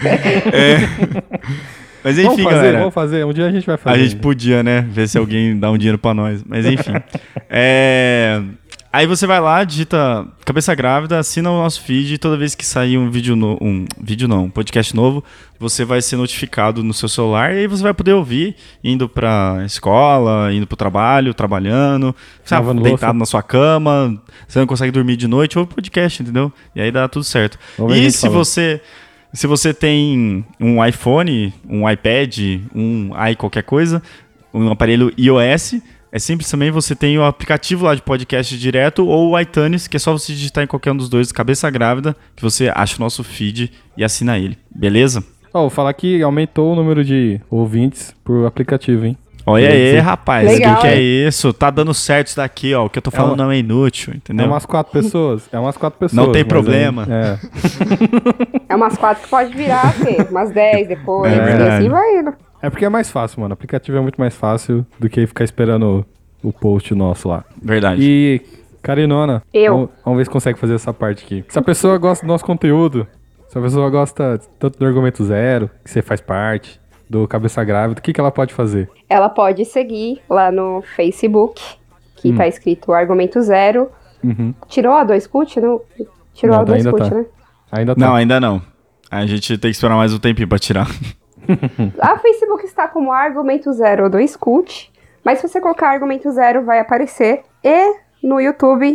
Mas Vamos enfim, fazer, galera. vamos fazer. Um dia a gente vai fazer. A gente ainda. podia, né? Ver se alguém dá um dinheiro pra nós. Mas enfim. É... Aí você vai lá, digita Cabeça Grávida, assina o nosso feed e toda vez que sair um vídeo no... um vídeo não, um podcast novo, você vai ser notificado no seu celular e aí você vai poder ouvir indo pra escola, indo pro trabalho, trabalhando, sabe, Lavando deitado louça. na sua cama, você não consegue dormir de noite, ouve podcast, entendeu? E aí dá tudo certo. Vamos ver a E gente se falando. você se você tem um iPhone, um iPad, um i qualquer coisa, um aparelho iOS, é simples também, você tem o aplicativo lá de podcast direto ou o iTunes, que é só você digitar em qualquer um dos dois, Cabeça Grávida, que você acha o nosso feed e assina ele, beleza? Ó, vou falar que aumentou o número de ouvintes por aplicativo, hein? Olha Quer aí, dizer- rapaz, Legal, o que, que é hein? isso? Tá dando certo isso daqui, ó, o que eu tô falando uma- não é inútil, É entendeu? umas quatro pessoas. É umas quatro pessoas. Não tem mas problema. aí- É. é umas quatro que pode virar, Fê, umas dez depois, É e verdade. assim vai indo. É porque é mais fácil, mano. O aplicativo é muito mais fácil do que ficar esperando o, o post nosso lá. Verdade. E, Carinona, Eu. Vamos, vamos ver se consegue fazer essa parte aqui. Se a pessoa gosta do nosso conteúdo, se a pessoa gosta tanto do Argumento Zero, que você faz parte, do Cabeça Grávida, o que, que ela pode fazer? Ela pode seguir lá no Facebook, que Hum. tá escrito Argumento Zero. Uhum. Tirou a dois cut? Não? Tirou Não, a dois ainda cut, tá. né? Ainda tá. Não, ainda não. A gente tem que esperar mais um tempinho pra tirar. A Facebook está como Argumento Zero dois Cult, mas se você colocar Argumento Zero vai aparecer. E no YouTube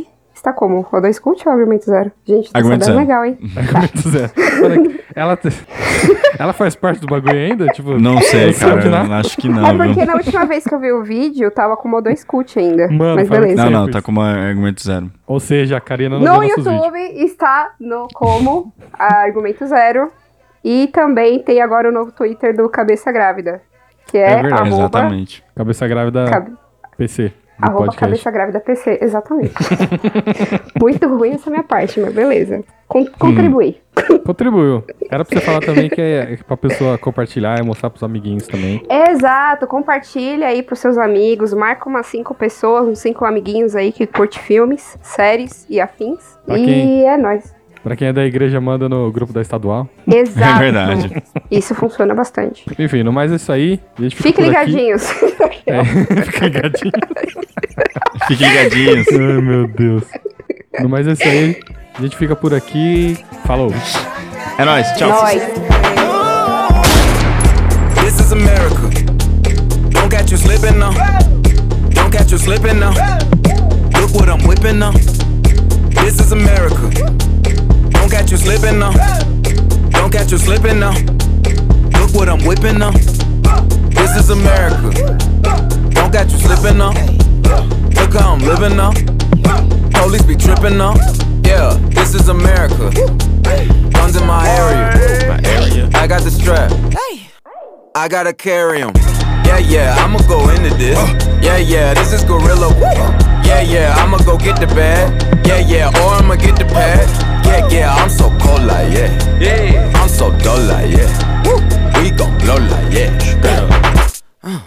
tá como? O dois Cult ou Argumento Zero? Gente, tá Argumento sabendo Zero. legal, hein? Argumento zero. Ela, ela faz parte do bagulho ainda? Tipo, Não sei, você sabe cara. nada? Eu acho que não. É porque viu? na última vez que eu vi o vídeo, tava com o dois Cult ainda. Mano, mas fala que beleza. Não, não, sempre. tá como argumento zero. Ou seja, a Karina não No vê nossos YouTube vídeos. está no como Argumento Zero. E também tem agora o novo Twitter do Cabeça Grávida. Que é, É verdade. arroba, Exatamente. Cabeça grávida Cabe- P C. Do arroba podcast. Cabeça Grávida P C. Exatamente. Muito ruim essa minha parte, mas beleza. Con- contribuir. Contribuiu. Era pra você falar também que é pra pessoa compartilhar e mostrar pros amiguinhos também. Exato, compartilha aí pros seus amigos, marca umas cinco pessoas, uns cinco amiguinhos aí que curte filmes, séries e afins. Pra e quem? é nóis. Pra quem é da igreja, manda no grupo da estadual. Exato. É verdade. Isso funciona bastante. Enfim, no mais é isso aí. A gente fica Fiquem por aqui. ligadinhos. É, fica ligadinho. Fiquem ligadinhos. Ai, meu Deus. No mais é isso aí. A gente fica por aqui. Falou. É nóis. Tchau. Nóis. This is America. Don't catch you slipping now. Don't catch you slipping now. Look what I'm whipping now. This is America. Don't catch you slipping now. Don't catch you slipping now. Look what I'm whipping now. This is America. Don't catch you slipping now. Look how I'm living now. Police be tripping now. Yeah, this is America. Guns in my area. My area. I got the strap. I gotta carry 'em. Yeah, yeah, I'ma go into this. Yeah, yeah, this is Gorilla. Yeah, yeah, I'ma go get the bag. Yeah, yeah, or I'ma get the pad. Yeah, yeah, I'm so cold like yeah. Yeah, I'm so dull like yeah. We gon' blow like yeah.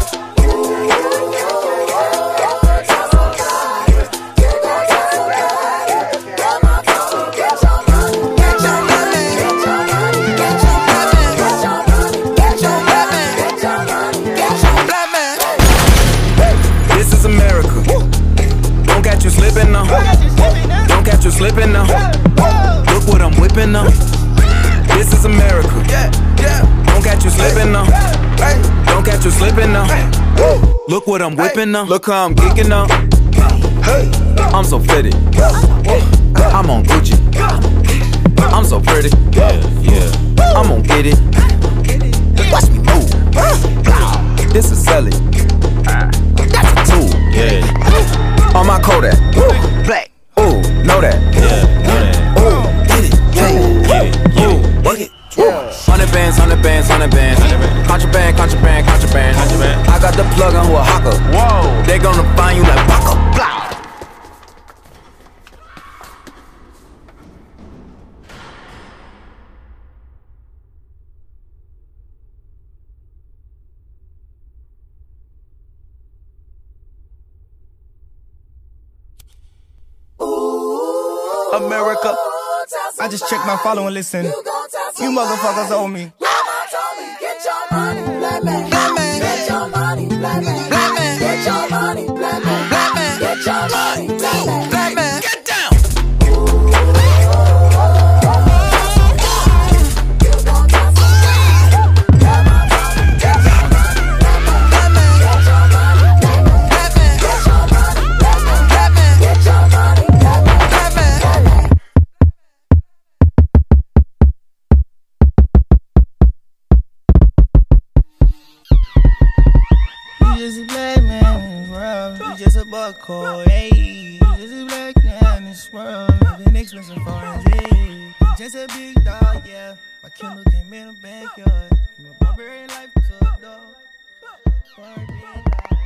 This is America. Don't catch you slipping now. Don't catch you slipping now. Look what I'm whipping now. This is America. Don't catch you slipping now. Don't catch you slipping now. Look what I'm whipping now. Look how I'm geeking now. I'm so fitted. I'm on Gucci. I'm so pretty. Yeah, yeah. I'm gon' get it. Watch me move. This is Sally. That's a tool. Yeah. On my Kodak. Black. Ooh, know that. Yeah, know that. Ooh, get it. Yeah, get it. Ooh, work it. Hundred bands, hundred bands, hundred bands. Contraband, contraband, contraband. I got the plug on who a hawker. Whoa. They gonna find you like Baka. Blah. America. I just checked my follow and listen. You motherfuckers owe me. Get your money, black man. Black man. Get your money, black man. Black man. Get your money, black man. Black man. Get your money, black man. Black man. Get down. Just a black man in this world. You just a bucko, hey. You just a black man in this world. Living expensive foreign hey. Just a big dog, yeah. My Kindle came in the backyard. From a barbarian life to a dog. For a dead dog.